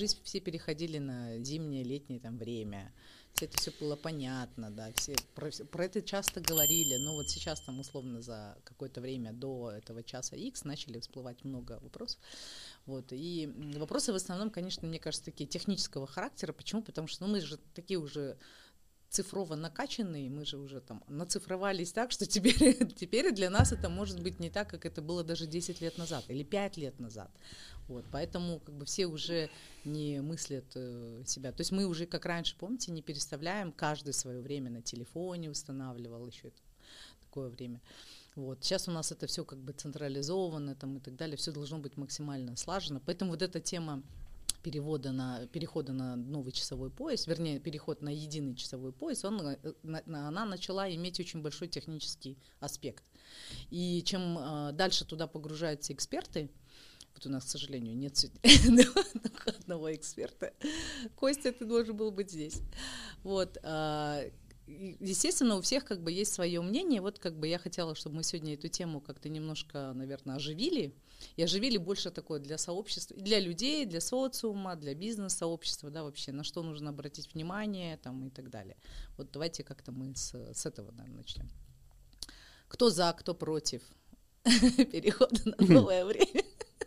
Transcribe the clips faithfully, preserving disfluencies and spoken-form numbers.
здесь все переходили на зимнее, летнее там время. Все это все было понятно, да, все про, про это часто говорили, но вот сейчас там условно за какое-то время до этого часа X начали всплывать много вопросов. Вот, и вопросы в основном, конечно, мне кажется, такие технического характера. Почему? Потому что ну, мы же такие уже цифрово накачанные, мы же уже там нацифровались так, что теперь, теперь для нас это может быть не так, как это было даже десять лет назад или пять лет назад. Вот, поэтому как бы все уже не мыслят э, себя. То есть мы уже, как раньше, помните, не переставляем, каждый свое время на телефоне устанавливал еще это, такое время. Вот. Сейчас у нас это все как бы централизовано там, и так далее, все должно быть максимально слажено. Поэтому вот эта тема перевода на, перехода на новый часовой пояс, вернее, переход на единый часовой пояс, он, она начала иметь очень большой технический аспект. И чем э, дальше туда погружаются эксперты, вот у нас, к сожалению, нет одного эксперта, Костя, ты должен был быть здесь. Вот, э, естественно, у всех как бы есть свое мнение. Вот как бы я хотела, чтобы мы сегодня эту тему как-то немножко, наверное, оживили. И оживили больше такое для сообщества, для людей, для социума, для бизнес-сообщества, да, вообще, на что нужно обратить внимание там, и так далее. Вот давайте как-то мы с, с этого, наверное, начнем. Кто за, кто против перехода на новое время?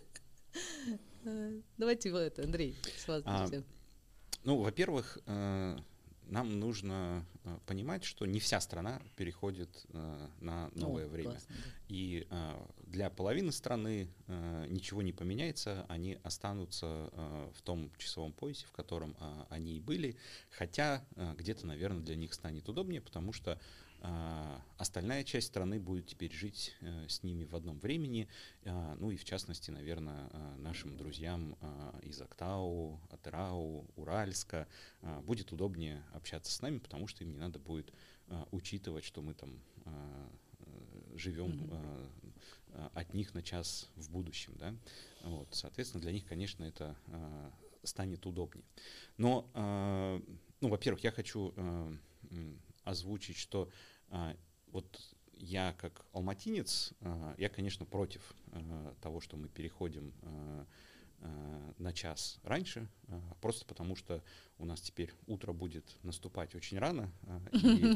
Давайте вы это, Андрей, с вас начнем. Ну, во-первых, нам нужно э, понимать, что не вся страна переходит э, на новое О, время. Классно, да. И э, для половины страны э, ничего не поменяется, они останутся э, в том часовом поясе, в котором э, они и были, хотя э, где-то, наверное, для них станет удобнее, потому что э, остальная часть страны будет теперь жить э, с ними в одном времени, э, ну и в частности, наверное, э, нашим друзьям э, из Актау, Атырау, Уральска э, будет удобнее общаться с нами, потому что им не надо будет э, учитывать, что мы там э, живем mm-hmm. э, от них на час в будущем, да. Вот, соответственно, для них, конечно, это э, станет удобнее. Но, э, ну, во-первых, я хочу э, озвучить, что э, вот я как алматинец, э, я, конечно, против э, того, что мы переходим э, на час раньше, просто потому что у нас теперь утро будет наступать очень рано, и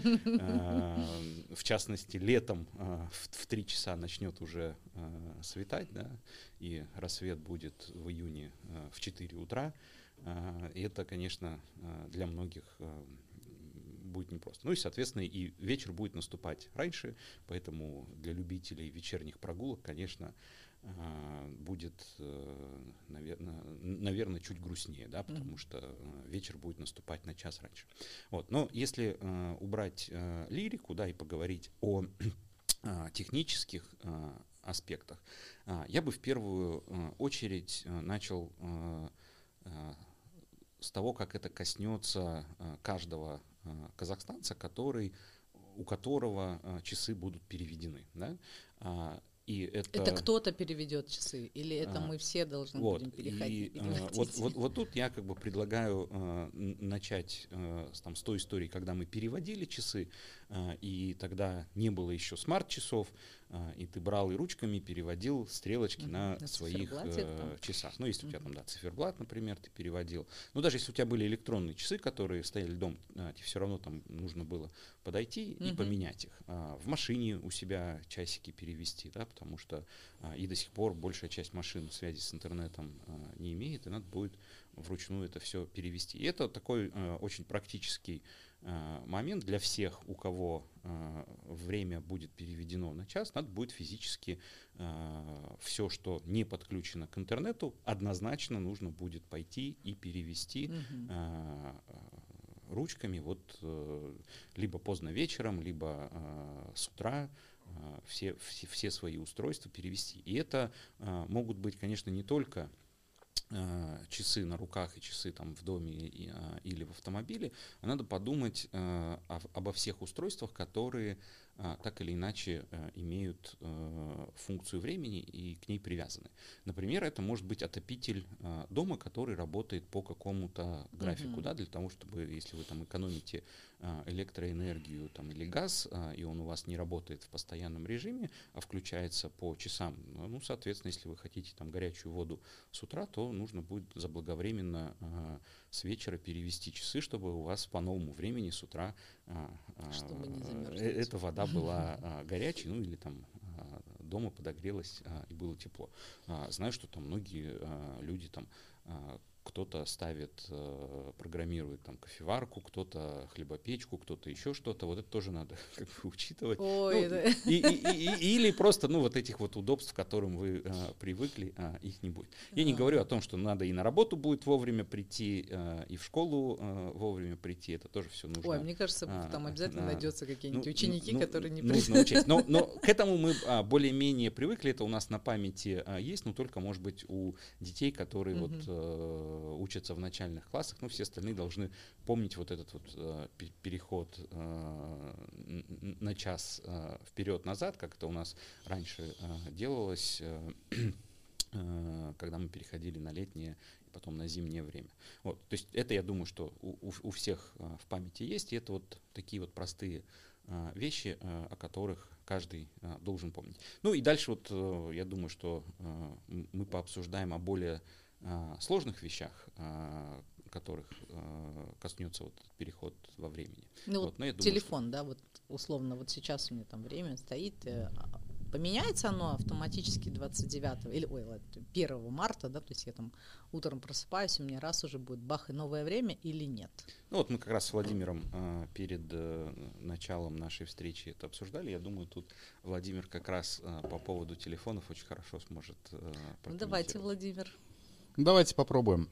в частности летом в три часа начнет уже светать, да, и рассвет будет в июне в четыре утра, и это, конечно, для многих будет непросто. Ну и, соответственно, и вечер будет наступать раньше, поэтому для любителей вечерних прогулок, конечно, будет, наверное, наверное, чуть грустнее, да, потому mm-hmm. что вечер будет наступать на час раньше. Вот. Но если uh, убрать uh, лирику, да, и поговорить о uh, технических uh, аспектах, uh, я бы в первую uh, очередь uh, начал uh, uh, с того, как это коснется uh, каждого uh, казахстанца, который, у которого uh, часы будут переведены, да. Uh, И это, это кто-то переведет часы, или это а, мы все должны вот, будем переходить? И, а, вот, вот, вот тут я как бы предлагаю а, начать а, с, там, с той истории, когда мы переводили часы, а, и тогда не было еще смарт-часов, а, и ты брал и ручками переводил стрелочки uh-huh. на, на своих а, часах. Ну, если uh-huh. у тебя там, да, циферблат, например, ты переводил. Ну, даже если у тебя были электронные часы, которые стояли дома, а, тебе все равно там нужно было подойти uh-huh. и поменять их. А, в машине у себя часики перевести, да, потому что а, и до сих пор большая часть машин связи с интернетом а, не имеет, и надо будет вручную это все перевести. И это такой а, очень практический а, момент для всех, у кого а, время будет переведено на час, надо будет физически а, все, что не подключено к интернету, однозначно нужно будет пойти и перевести mm-hmm. а, ручками, вот а, либо поздно вечером, либо а, с утра, Все, все, все свои устройства перевести. И это а, могут быть, конечно, не только а, часы на руках и часы там в доме и, а, или в автомобиле, а надо подумать а, об, обо всех устройствах, которые а, так или иначе а, имеют а, функцию времени и к ней привязаны. Например, это может быть отопитель а, дома, который работает по какому-то графику, mm-hmm. да, для того, чтобы, если вы там экономите электроэнергию там, или газ, и он у вас не работает в постоянном режиме, а включается по часам, ну, соответственно, если вы хотите там горячую воду с утра, то нужно будет заблаговременно с вечера перевести часы, чтобы у вас по новому времени с утра чтобы не замерзнуть. эта вода была горячей, ну или там дома подогрелась и было тепло. Знаю, что там многие люди там кто-то ставит, программирует там кофеварку, кто-то хлебопечку, кто-то еще что-то. Вот это тоже надо как бы учитывать. Ой, ну, да. и, и, и, или просто ну, вот этих вот удобств, к которым вы а, привыкли, а, их не будет. Я а. не говорю о том, что надо и на работу будет вовремя прийти, а, и в школу а, вовремя прийти. Это тоже все нужно. Ой, мне кажется, а, там обязательно а, найдется какие-нибудь ну, ученики, ну, которые не нужно учесть. Но, но к этому мы а, более-менее привыкли. Это у нас на памяти а, есть, но только, может быть, у детей, которые вот, а, учатся в начале начальных классах, ну, все остальные должны помнить вот этот вот э, переход э, на час э, вперед-назад, как это у нас раньше э, делалось, э, э, когда мы переходили на летнее и потом на зимнее время. Вот, то есть это, я думаю, что у, у, у всех э, в памяти есть, и это вот такие вот простые э, вещи, э, о которых каждый э, должен помнить. Ну и дальше вот э, я думаю, что э, мы пообсуждаем о более сложных вещах, которых коснется вот переход во времени. Ну вот, вот телефон, что... да, вот условно, вот сейчас у меня там время стоит, поменяется оно автоматически двадцать девятого или ой, первого марта, да, то есть я там утром просыпаюсь, у меня раз уже будет бах и новое время или нет? Ну вот мы как раз с Владимиром э, перед э, началом нашей встречи это обсуждали. Я думаю, тут Владимир как раз э, по поводу телефонов очень хорошо сможет э, прокомментировать. Ну, давайте, Владимир. Давайте попробуем.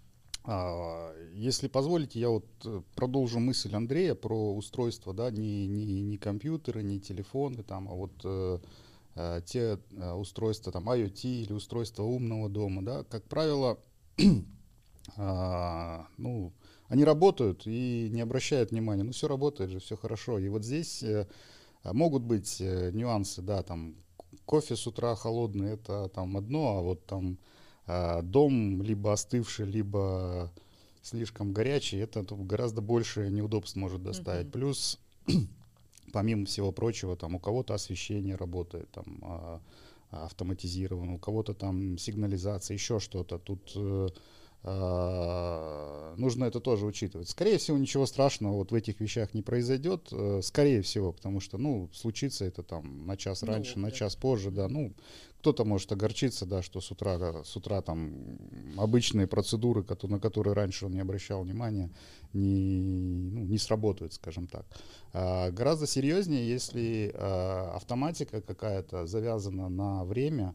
Если позволите, я вот продолжу мысль Андрея про устройства, да, не, не, не компьютеры, не телефоны, там, а вот э, те устройства, там, IoT или устройства умного дома, да, как правило, э, ну, они работают и не обращают внимания, ну, все работает же, все хорошо. И вот здесь э, могут быть э, нюансы, да, там, кофе с утра холодный, это там одно, а вот там дом либо остывший, либо слишком горячий, это гораздо больше неудобств может доставить. Uh-huh. Плюс, помимо всего прочего, там у кого-то освещение работает, там автоматизировано, у кого-то там сигнализация, еще что-то. Тут Uh, нужно это тоже учитывать. Скорее всего, ничего страшного вот в этих вещах не произойдет. Uh, скорее всего, потому что, ну, случится это там на час раньше, ну, на да. час позже, да. Ну, кто-то может огорчиться, да, что с утра, с утра там обычные процедуры, на которые раньше он не обращал внимания, не, ну, не сработают, скажем так. Uh, гораздо серьезнее, если uh, автоматика какая-то завязана на время,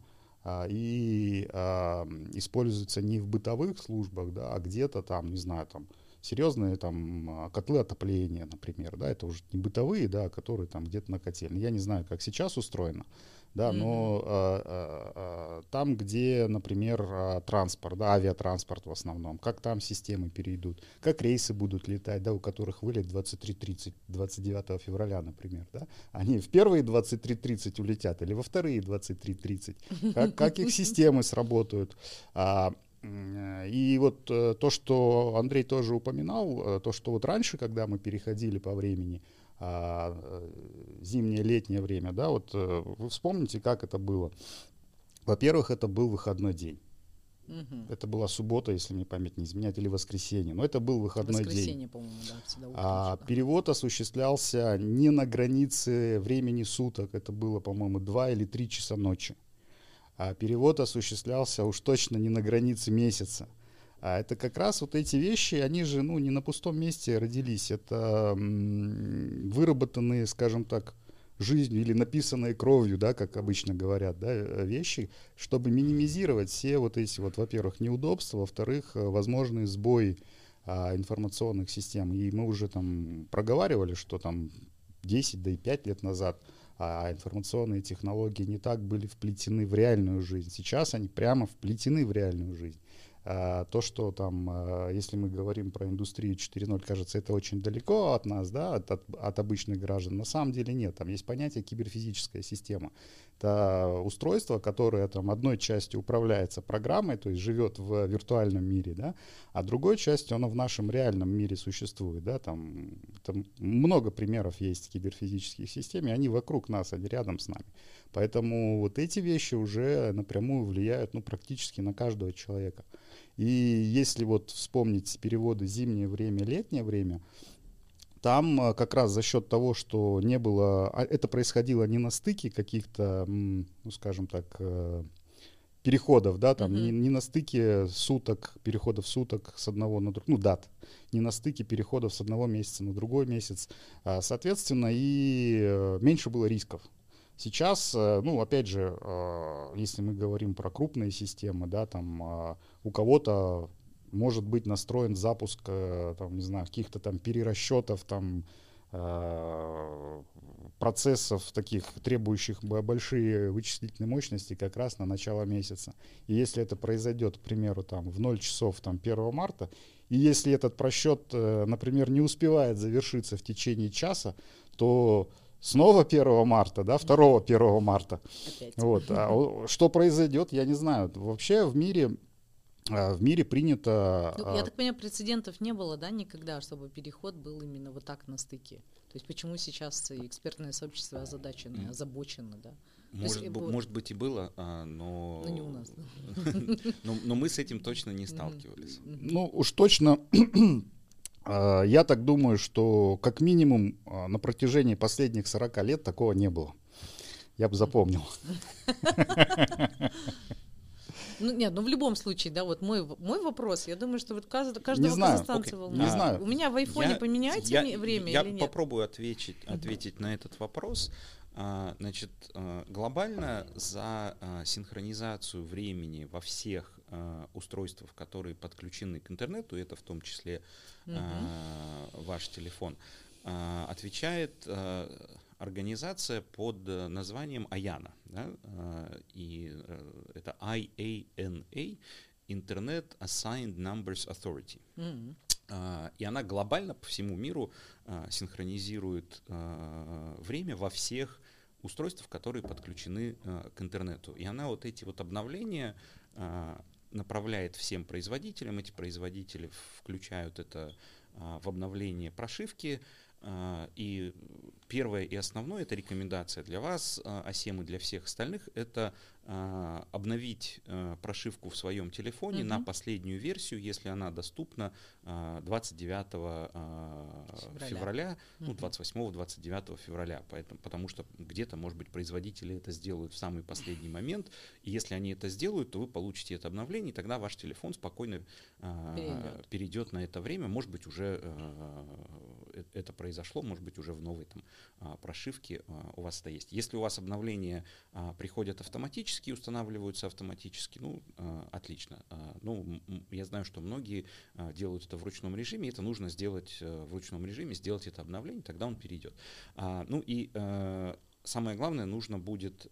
и а, используется не в бытовых службах, да, а где-то там, не знаю, там серьезные там котлы отопления, например, да, это уже не бытовые, да, которые там где-то на котельной. Я не знаю, как сейчас устроено, да, mm-hmm. но а, а, а, там, где, например, а, транспорт, да, авиатранспорт в основном, как там системы перейдут, как рейсы будут летать, да, у которых вылет двадцать три тридцать, двадцать девятого февраля, например, да, они в первые двадцать три тридцать улетят или во вторые двадцать три тридцать, как, как их системы сработают. А, и вот то, что Андрей тоже упоминал, то, что вот раньше, когда мы переходили по времени, зимнее, летнее время, да, вот вы вспомните, как это было. Во-первых, это был выходной день. Угу. Это была суббота, если мне память не изменяет, или воскресенье, но это был выходной воскресенье, день. По-моему, да, всегда утром, а да. Перевод осуществлялся не на границе времени суток, это было, по-моему, два или три часа ночи. А перевод осуществлялся уж точно не на границе месяца. А это как раз вот эти вещи, они же, ну, не на пустом месте родились. Это м- выработанные, скажем так, жизнью или написанные кровью, да, как обычно говорят, да, вещи, чтобы минимизировать все вот эти вот, во-первых, неудобства, во-вторых, возможные сбои а, информационных систем. И мы уже там проговаривали, что там десять, да и пять лет назад а информационные технологии не так были вплетены в реальную жизнь. Сейчас они прямо вплетены в реальную жизнь. А, то, что там, а, если мы говорим про индустрию четыре ноль, кажется, это очень далеко от нас, да, от, от, от обычных граждан. На самом деле нет. Там есть понятие киберфизическая система. Это устройство, которое там одной частью управляется программой, то есть живет в виртуальном мире, да, а другой частью оно в нашем реальном мире существует, да, там, там много примеров есть киберфизических систем, и они вокруг нас, они рядом с нами. Поэтому вот эти вещи уже напрямую влияют, ну, практически на каждого человека. И если вот вспомнить переводы «зимнее время», «летнее время», там как раз за счет того, что не было, это происходило не на стыке каких-то, ну, скажем так, переходов, да, там, mm-hmm. не, не на стыке суток, переходов суток с одного на другой, ну, дат, не на стыке переходов с одного месяца на другой месяц, а, соответственно, и меньше было рисков. Сейчас, ну, опять же, если мы говорим про крупные системы, да, там у кого-то может быть настроен запуск, там, не знаю, каких-то там перерасчетов, там, процессов таких, требующих большие вычислительные мощности как раз на начало месяца. И если это произойдет, к примеру, там, в ноль часов там, первого марта, и если этот просчет, например, не успевает завершиться в течение часа, то снова первого марта, да, второго первого марта. Вот. А что произойдет, я не знаю. Вообще в мире, в мире принято... Ну, я так понимаю, прецедентов не было, да, никогда, чтобы переход был именно вот так на стыке. То есть почему сейчас экспертное сообщество озадачено, озабочено, да? Может, есть, б, может быть и было, но... Но не у нас, да. но, но мы с этим точно не сталкивались. Ну, уж точно... Я так думаю, что как минимум на протяжении последних сорока лет такого не было. Я бы запомнил. Ну нет, ну в любом случае, да, вот мой, мой вопрос, я думаю, что вот каждый, каждого казахстанца okay. волнует. Не знаю. У меня в айфоне я, поменяете я, время я или нет? Я попробую ответить, ответить mm-hmm. на этот вопрос. Значит, глобально за синхронизацию времени во всех устройствах, которые подключены к интернету, это в том числе mm-hmm. ваш телефон, отвечает организация под названием АЯНА. Да? И это ай эй эн эй, Internet Assigned Numbers Authority. Mm-hmm. Uh, и она глобально по всему миру uh, синхронизирует uh, время во всех устройствах, которые подключены uh, к интернету. И она вот эти вот обновления uh, направляет всем производителям. Эти производители включают это uh, в обновление прошивки. Uh, и первое и основное, это рекомендация для вас, uh, АСЕМ и для всех остальных, это uh, обновить uh, прошивку в своем телефоне mm-hmm. на последнюю версию, если она доступна uh, двадцать девятого февраля, февраля mm-hmm. ну, двадцать восьмого двадцать девятого февраля, поэтому, потому что где-то, может быть, производители это сделают в самый последний момент, и если они это сделают, то вы получите это обновление, и тогда ваш телефон спокойно uh, перейдет. перейдет на это время, может быть, уже uh, это произошло, может быть, уже в новой там прошивке у вас это есть. Если у вас обновления приходят автоматически, устанавливаются автоматически, ну, отлично. Ну, я знаю, что многие делают это в ручном режиме, это нужно сделать в ручном режиме, сделать это обновление, тогда он перейдет. Ну и самое главное, нужно будет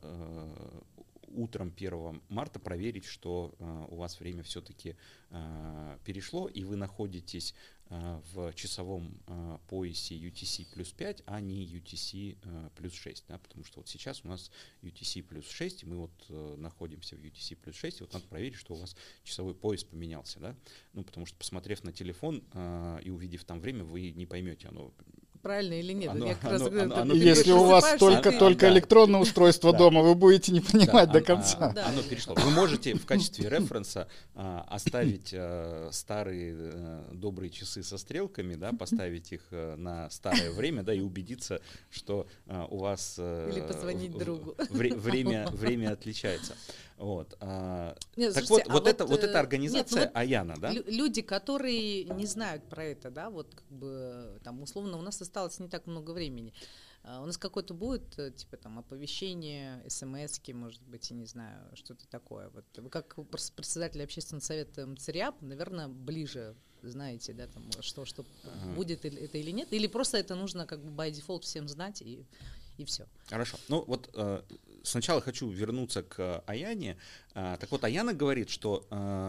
утром первого марта проверить, что uh, у вас время все-таки uh, перешло, и вы находитесь uh, в часовом uh, поясе ю ти си плюс пять, а не ю ти си uh, плюс шесть, да, потому что вот сейчас у нас ю ти си плюс шесть, и мы вот uh, находимся в ю ти си плюс шесть, и вот надо проверить, что у вас часовой пояс поменялся, да, ну, потому что, посмотрев на телефон uh, и увидев там время, вы не поймете, оно правильно или нет. Оно, я как оно, раз говорю, оно, оно, если у вас только, оно, только да. электронное устройство да. дома, вы будете не понимать да, до конца. Да. Оно перешло. Вы можете в качестве референса а, оставить а, старые а, добрые часы со стрелками, да, поставить их а, на старое время, да, и убедиться, что а, у вас а, или позвонить в, другу. В, время, время отличается. Вот. А, нет, так слушайте, вот, вот, а это, вот, вот эта организация нет, ну, АЯНА, да? Люди, которые не знают про это, да, вот как бы там условно у нас осталось не так много времени. Uh, у нас какое-то будет, типа, там, оповещение, смс-ки, может быть, я не знаю, что-то такое. Вот вы как председатель общественного совета МЦРИАП, наверное, ближе знаете, да, там, что, что uh-huh. будет это или нет, или просто это нужно как бы by default всем знать и, и все. Хорошо. Ну вот э, сначала хочу вернуться к АЯНе. Э, так вот, АЯНа говорит, что э,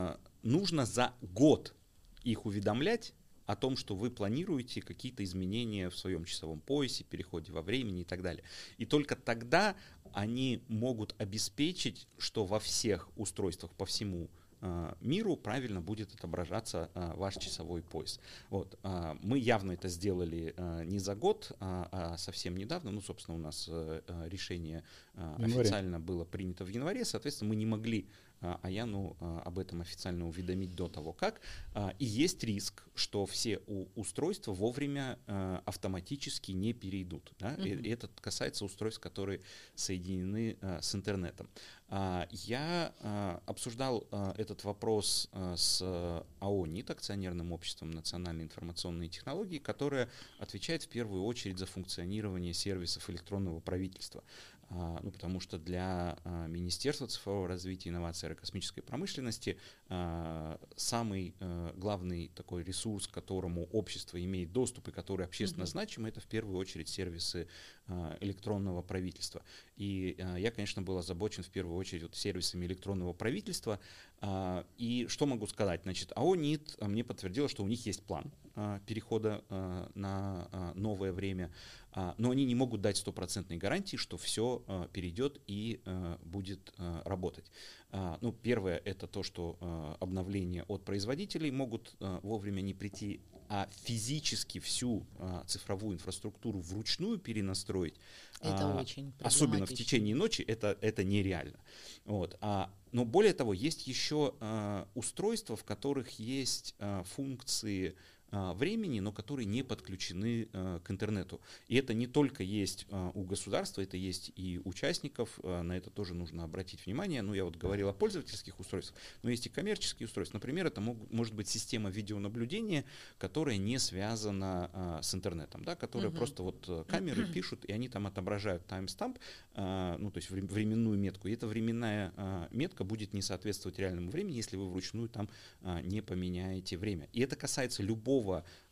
нужно за год их уведомлять о том, что вы планируете какие-то изменения в своем часовом поясе, переходе во времени и так далее. И только тогда они могут обеспечить, что во всех устройствах по всему э, миру правильно будет отображаться э, ваш часовой пояс. Вот. Э, мы явно это сделали э, не за год, а, а совсем недавно. Ну, собственно, у нас э, решение э, официально было принято в январе, соответственно, мы не могли Аяну об этом официально уведомить до того, как. И есть риск, что все устройства вовремя автоматически не перейдут. Да? Mm-hmm. И это касается устройств, которые соединены с интернетом. Я обсуждал этот вопрос с АО НИТ, акционерным обществом национальной информационной технологии, которое отвечает в первую очередь за функционирование сервисов электронного правительства. Ну, потому что для а, Министерства цифрового развития, инноваций и аэрокосмической промышленности а, самый а, главный такой ресурс, к которому общество имеет доступ и который общественно mm-hmm. значим, это в первую очередь сервисы а, электронного правительства. И а, я, конечно, был озабочен в первую очередь вот, сервисами электронного правительства. А, и что могу сказать? Значит, АО НИТ мне подтвердило, что у них есть план а, перехода а, на а, новое время. Но они не могут дать стопроцентной гарантии, что все uh, перейдет и uh, будет uh, работать. Uh, ну, первое — это то, что uh, обновления от производителей могут uh, вовремя не прийти, а физически всю uh, цифровую инфраструктуру вручную перенастроить, это uh, очень особенно в течение ночи, это, это нереально. Вот. Uh, но более того, есть еще uh, устройства, в которых есть uh, функции времени, но которые не подключены э, к интернету. И это не только есть э, у государства, это есть и участников, э, на это тоже нужно обратить внимание. Ну, я вот говорил о пользовательских устройствах, но есть и коммерческие устройства. Например, это мог, может быть система видеонаблюдения, которая не связана э, с интернетом, да, которая uh-huh. просто вот камеры пишут, и они там отображают таймстамп, э, ну, то есть временную метку. И эта временная э, метка будет не соответствовать реальному времени, если вы вручную там э, не поменяете время. И это касается любого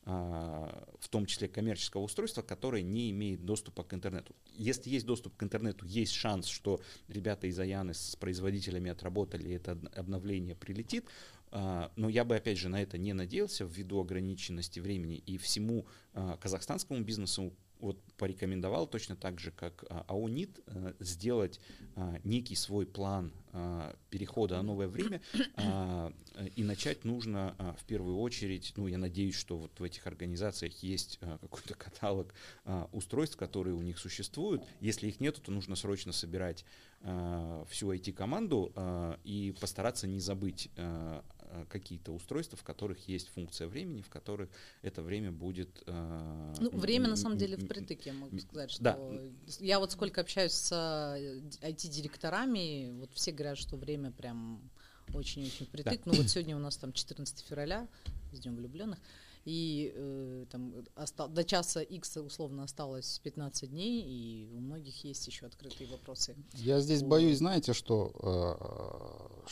в том числе коммерческого устройства, которое не имеет доступа к интернету. Если есть доступ к интернету, есть шанс, что ребята из Аяны с производителями отработали, это обновление прилетит, но я бы, опять же, на это не надеялся ввиду ограниченности времени, и всему казахстанскому бизнесу вот порекомендовал точно так же, как АО НИТ, сделать некий свой план перехода на новое время, и начать нужно в первую очередь, ну, я надеюсь, что вот в этих организациях есть какой-то каталог устройств, которые у них существуют. Если их нет, то нужно срочно собирать всю ай ти-команду и постараться не забыть какие-то устройства, в которых есть функция времени, в которых это время будет... Э, ну, время, на самом деле, впритык, я могу сказать, что... Да. Я вот сколько общаюсь с ай ти-директорами, вот все говорят, что время прям очень-очень впритык. Да. Ну, вот сегодня у нас там четырнадцатое февраля, с Днем влюбленных, и э, там оста- до часа X условно осталось пятнадцать дней, и у многих есть еще открытые вопросы. Я здесь по... боюсь, знаете, что, э,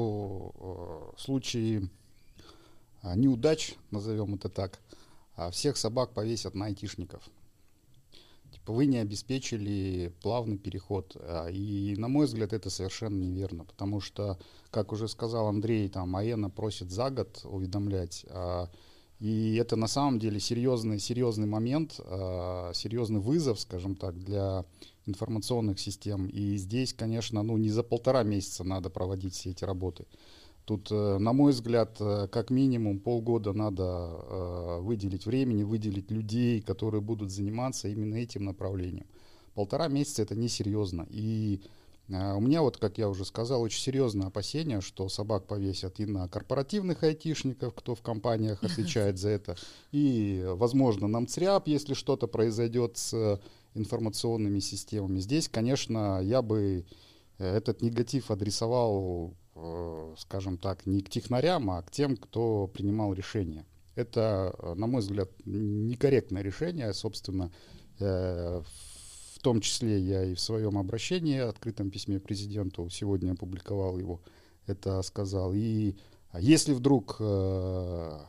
что э, в случае э, неудач, назовем это так, э, всех собак повесят на айтишников. Типа вы не обеспечили плавный переход. Э, и, на мой взгляд, это совершенно неверно, потому что, как уже сказал Андрей, там АЭНа просит за год уведомлять, э, и это на самом деле серьезный, серьезный момент, э, серьезный вызов, скажем так, для информационных систем. И здесь, конечно, ну, не за полтора месяца надо проводить все эти работы. Тут, э, на мой взгляд, э, как минимум полгода надо э, выделить времени, выделить людей, которые будут заниматься именно этим направлением. Полтора месяца — это несерьезно. И у меня, вот, как я уже сказал, очень серьезное опасение, что собак повесят и на корпоративных айтишников, кто в компаниях отвечает за это, и, возможно, на МЦРЯП, если что-то произойдет с информационными системами. Здесь, конечно, я бы этот негатив адресовал, скажем так, не к технарям, а к тем, кто принимал решения. Это, на мой взгляд, некорректное решение, собственно, в В том числе я и в своем обращении, открытом письме президенту, сегодня опубликовал его, это сказал. И если вдруг э,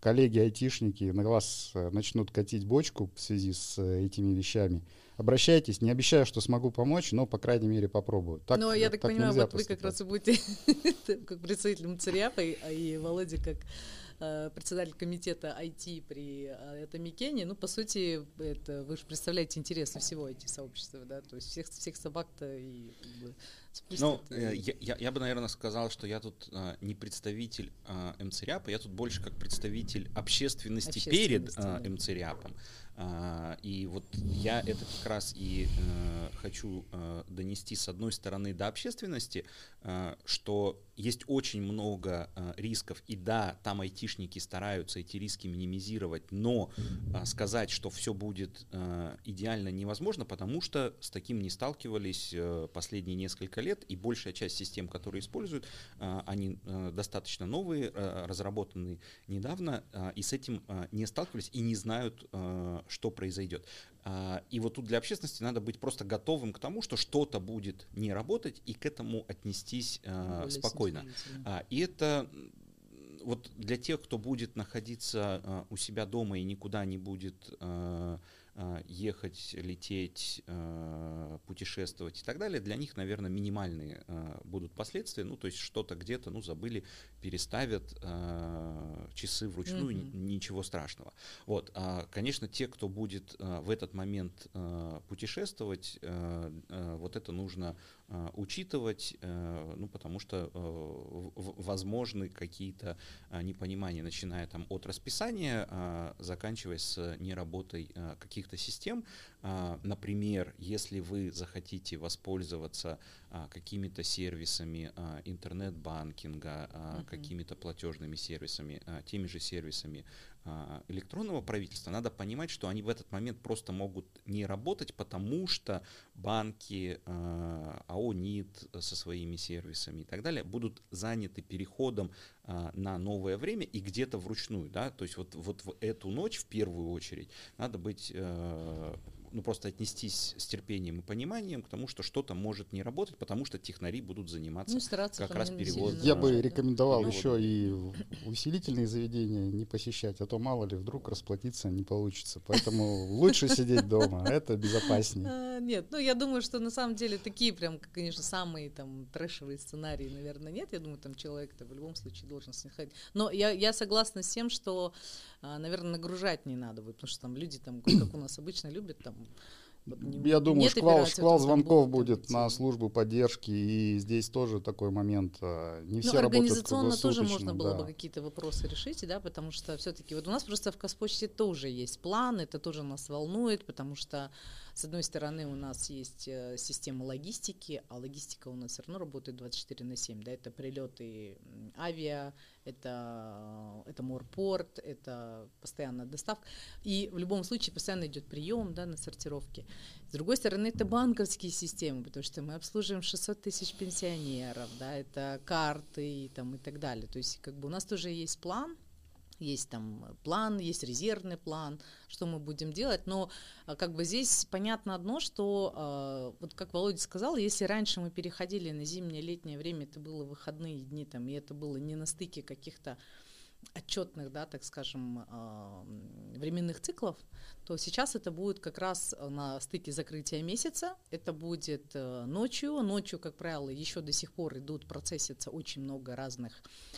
коллеги-айтишники на вас начнут катить бочку в связи с этими вещами, обращайтесь. Не обещаю, что смогу помочь, но, по крайней мере, попробую. Так, но я так, так понимаю, вот поступать. Вы как раз и будете как представителем ЦРИАПа, и Володя как председатель комитета ай ти при Атомикене. Ну, по сути, это, вы же представляете интересы всего ай ти-сообщества, да, то есть всех, всех собак-то и... Как бы, ну, я, я, я бы, наверное, сказал, что я тут а, не представитель а, МЦРИАПа, я тут больше как представитель общественности, общественности перед а, да. МЦРИАПом. А, и вот я это как раз и а, хочу а, донести с одной стороны до общественности, а, что есть очень много а, рисков, и да, там айтишники стараются эти риски минимизировать, но а, сказать, что все будет а, идеально, невозможно, потому что с таким не сталкивались а, последние несколько лет, и большая часть систем, которые используют, а, они а, достаточно новые, а, разработаны недавно, а, и с этим а, не сталкивались и не знают, а, что произойдет. А, и вот тут для общественности надо быть просто готовым к тому, что что-то будет не работать, и к этому отнестись а, спокойно. А, и это вот для тех, кто будет находиться а, у себя дома и никуда не будет а, ехать, лететь, путешествовать и так далее, для них, наверное, минимальные будут последствия. Ну, то есть что-то где-то, ну, забыли, переставят часы вручную, mm-hmm. ничего страшного. Вот, конечно, те, кто будет в этот момент путешествовать, вот это нужно учитывать, ну, потому что возможны какие-то непонимания, начиная там от расписания, заканчивая с неработой каких-то систем. Например, если вы захотите воспользоваться какими-то сервисами интернет-банкинга, mm-hmm. какими-то платежными сервисами, теми же сервисами электронного правительства, надо понимать, что они в этот момент просто могут не работать, потому что банки, АО НИТ со своими сервисами и так далее будут заняты переходом на новое время и где-то вручную, да, то есть вот, вот в эту ночь в первую очередь надо быть, ну, просто отнестись с терпением и пониманием к тому, что что-то может не работать, потому что технари будут заниматься ну, как раз переводом. Я бы рекомендовал да? еще и увеселительные заведения не посещать, а то мало ли вдруг расплатиться не получится. Поэтому лучше сидеть дома, это безопаснее. Нет, ну я думаю, что на самом деле такие прям, конечно, самые там трэшевые сценарии, наверное, нет. Я думаю, там человек-то в любом случае должен снижать. Но я, я согласна с тем, что, наверное, нагружать не надо, потому что там люди, там, как у нас обычно любят, там, вот не, я думаю, шквал, шквал звонков будет на службу поддержки, и здесь тоже такой момент. Не все ну, работают организационно тоже можно было да. бы какие-то вопросы решить, да, потому что все-таки вот у нас просто в Казпочте тоже есть план, это тоже нас волнует, потому что с одной стороны у нас есть система логистики, а логистика у нас все равно работает двадцать четыре на семь, да, это прилеты авиа, это, это морпорт, это постоянная доставка, и в любом случае постоянно идет прием, да, на сортировке. С другой стороны, это банковские системы, потому что мы обслуживаем шестьсот тысяч пенсионеров, да, это карты и, там, и так далее. То есть как бы у нас тоже есть план, есть там план, есть резервный план, что мы будем делать, но как бы здесь понятно одно, что вот как Володя сказал, если раньше мы переходили на зимнее, летнее время, это было выходные дни, там, и это было не на стыке каких-то отчетных, да, так скажем, временных циклов, то сейчас это будет как раз на стыке закрытия месяца, это будет ночью, ночью, как правило, еще до сих пор идут, процессятся очень много разных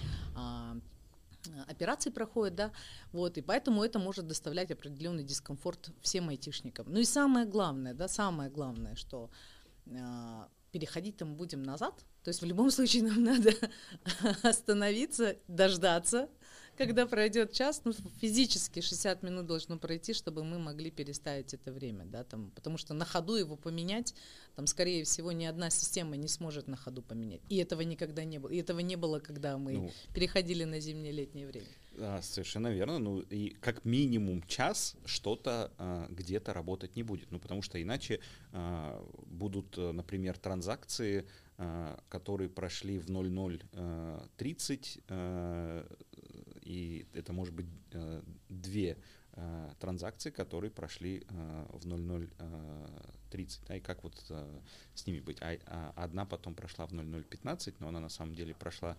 операции проходят, да, вот, и поэтому это может доставлять определенный дискомфорт всем айтишникам. Ну и самое главное, да, самое главное, что э, переходить мы будем назад, то есть в любом случае нам надо остановиться, дождаться, когда пройдет час, ну, физически шестьдесят минут должно пройти, чтобы мы могли переставить это время, да, там, потому что на ходу его поменять, там, скорее всего, ни одна система не сможет на ходу поменять. И этого никогда не было. И этого не было, когда мы ну, переходили на зимнее-летнее время. Да, совершенно верно. Ну, и как минимум час что-то а, где-то работать не будет. Ну, потому что иначе а, будут, например, транзакции, а, которые прошли в ноль ноль тридцать, а, и это может быть а, две э, транзакций, которые прошли э, в ноль ноль тридцать, да, и как вот э, с ними быть. А, а одна потом прошла в ноль ноль пятнадцать, но она на самом деле прошла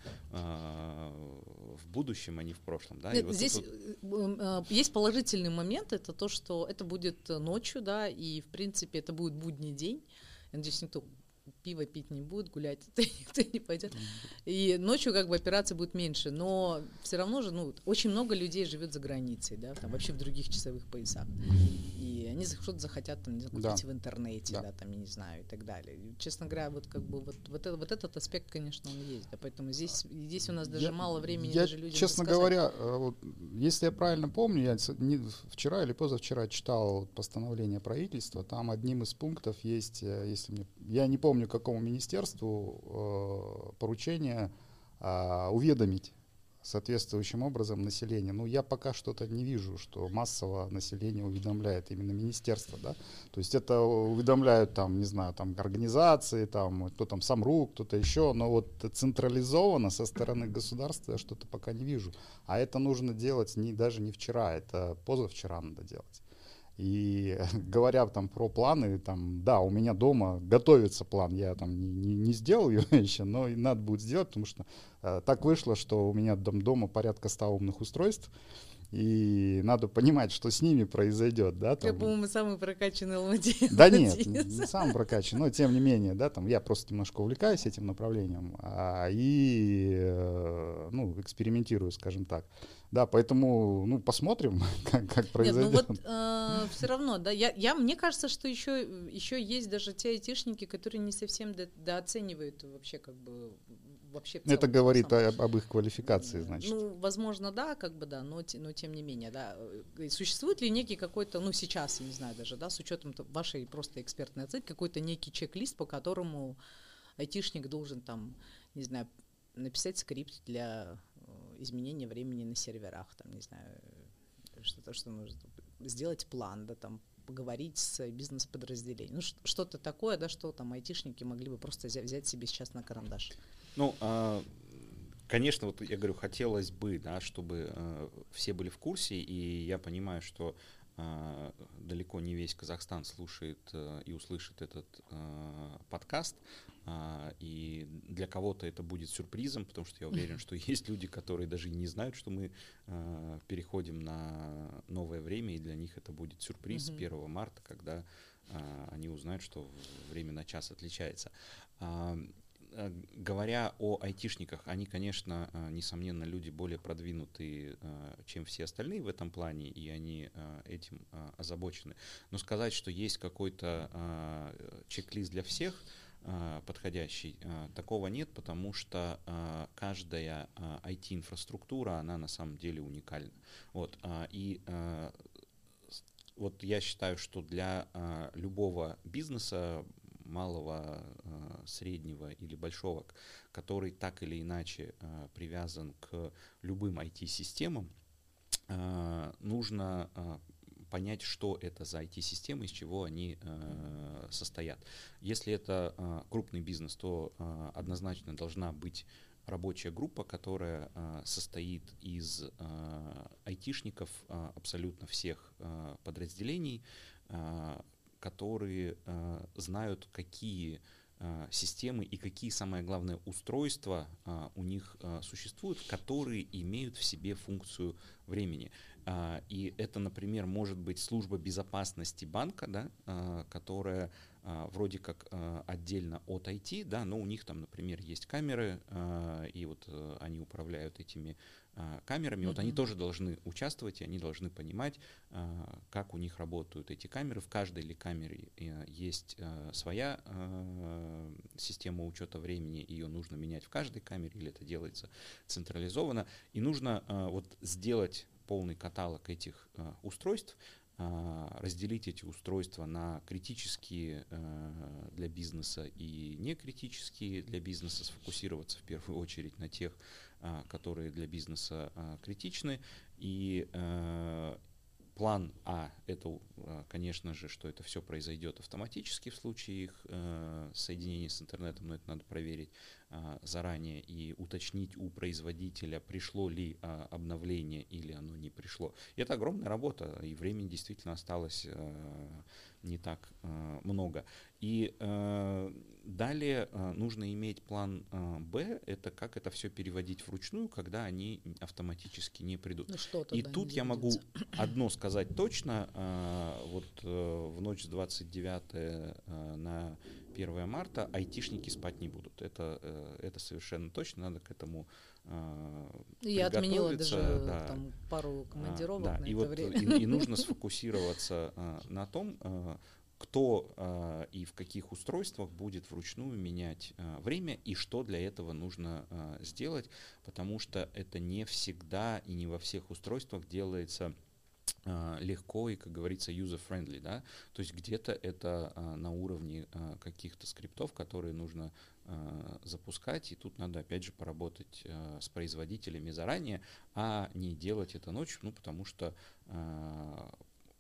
э, в будущем, а не в прошлом. Да? Нет, вот здесь вот... э, есть положительный момент, это то, что это будет ночью, да, и в принципе это будет будний день. Я надеюсь, никто пиво пить не будет, гулять никто не пойдет. И ночью как бы операций будет меньше, но все равно же, ну, очень много людей живет за границей, да, там вообще в других часовых поясах. И они что-то захотят там, не знаю, купить да. в интернете, да. да, там, я не знаю, и так далее. И, честно говоря, вот как бы вот, вот, это, вот этот аспект, конечно, он есть, да, поэтому здесь, здесь у нас даже я, мало времени я, даже людям честно рассказать. говоря, вот, если я правильно помню, я не, вчера или позавчера читал постановление правительства, там одним из пунктов есть, если мне, я не помню, какому министерству э, поручение э, уведомить соответствующим образом население. Ну, я пока что-то не вижу, что массово население уведомляет именно министерство, да. То есть это уведомляют там, не знаю, там организации, там, кто там, Самрук, кто-то еще, но вот централизованно со стороны государства я что-то пока не вижу. А это нужно делать не, даже не вчера, это позавчера надо делать. И говоря там про планы, там, да, у меня дома готовится план, я там не, не, не сделал его еще, но и надо будет сделать, потому что э, так вышло, что у меня там дома порядка ста умных устройств, и надо понимать, что с ними произойдет, да. Там. Я, по-моему, самый прокачанный ЛМД. Да нет, не, не самый прокачанный, но тем не менее, да, там я просто немножко увлекаюсь этим направлением а, и, э, ну, экспериментирую, скажем так. Да, поэтому, ну, посмотрим, как, как произойдет. Нет, ну вот э, все равно, да, я, я, мне кажется, что еще, еще есть даже те айтишники, которые не совсем до, дооценивают вообще, как бы, вообще целом, это говорит о, об их квалификации, значит. Ну, возможно, да, как бы, да, но, но тем не менее, да. Существует ли некий какой-то, ну, сейчас, я не знаю даже, да, с учетом вашей просто экспертной оценки, какой-то некий чек-лист, по которому айтишник должен там, не знаю, написать скрипт для изменения времени на серверах, там, не знаю, что-то, что нужно сделать план, да, там, поговорить с бизнес-подразделением. Ну, что-то такое, да, что там айтишники могли бы просто взять себе сейчас на карандаш. Ну, а, конечно, вот я говорю, хотелось бы, да, чтобы а, все были в курсе, и я понимаю, что а, далеко не весь Казахстан слушает а, и услышит этот а, подкаст, а, и для кого-то это будет сюрпризом, потому что я уверен, что есть люди, которые даже и не знают, что мы а, переходим на новое время, и для них это будет сюрприз mm-hmm. первого марта, когда а, они узнают, что время на час отличается. А, Говоря о айтишниках, они, конечно, несомненно, люди более продвинутые, чем все остальные в этом плане, и они этим озабочены. Но сказать, что есть какой-то чек-лист для всех подходящий, такого нет, потому что каждая ай ти-инфраструктура, она на самом деле уникальна. Вот, и вот я считаю, что для любого бизнеса, малого, среднего или большого, который так или иначе привязан к любым ай ти-системам, нужно понять, что это за ай ти-системы, из чего они состоят. Если это крупный бизнес, то однозначно должна быть рабочая группа, которая состоит из айтишников абсолютно всех подразделений, которые э, знают, какие э, системы и какие, самое главное, устройства э, у них э, существуют, которые имеют в себе функцию времени. Э, и это, например, может быть служба безопасности банка, да, э, которая э, вроде как э, отдельно от ай ти, да, но у них там, например, есть камеры, э, и вот э, они управляют этими камерами, mm-hmm. вот они тоже должны участвовать, и они должны понимать, как у них работают эти камеры. В каждой ли камере есть своя система учета времени, ее нужно менять в каждой камере, или это делается централизованно. И нужно вот сделать полный каталог этих устройств, разделить эти устройства на критические для бизнеса и некритические для бизнеса, сфокусироваться в первую очередь на тех, которые для бизнеса критичны. И план А — это, конечно же, что это все произойдет автоматически в случае их соединения с интернетом, но это надо проверить. а, заранее и уточнить у производителя, пришло ли а, обновление или оно не пришло. И это огромная работа, и времени действительно осталось а, не так а, много. И э, далее э, нужно иметь план э, Б, это как это все переводить вручную, когда они автоматически не придут. Ну, что и тут я могу одно сказать точно, э, вот э, в ночь с двадцать девятого э, на первое марта айтишники спать не будут. Это, э, это совершенно точно, надо к этому э, Я отменила даже да, там, пару командировок а, да, на и это вот, время. И, и нужно сфокусироваться э, на том, э, кто э, и в каких устройствах будет вручную менять э, время и что для этого нужно э, сделать, потому что это не всегда и не во всех устройствах делается э, легко и, как говорится, user-friendly, да, то есть где-то это э, на уровне э, каких-то скриптов, которые нужно э, запускать, и тут надо опять же поработать э, с производителями заранее, а не делать это ночью, ну, потому что э,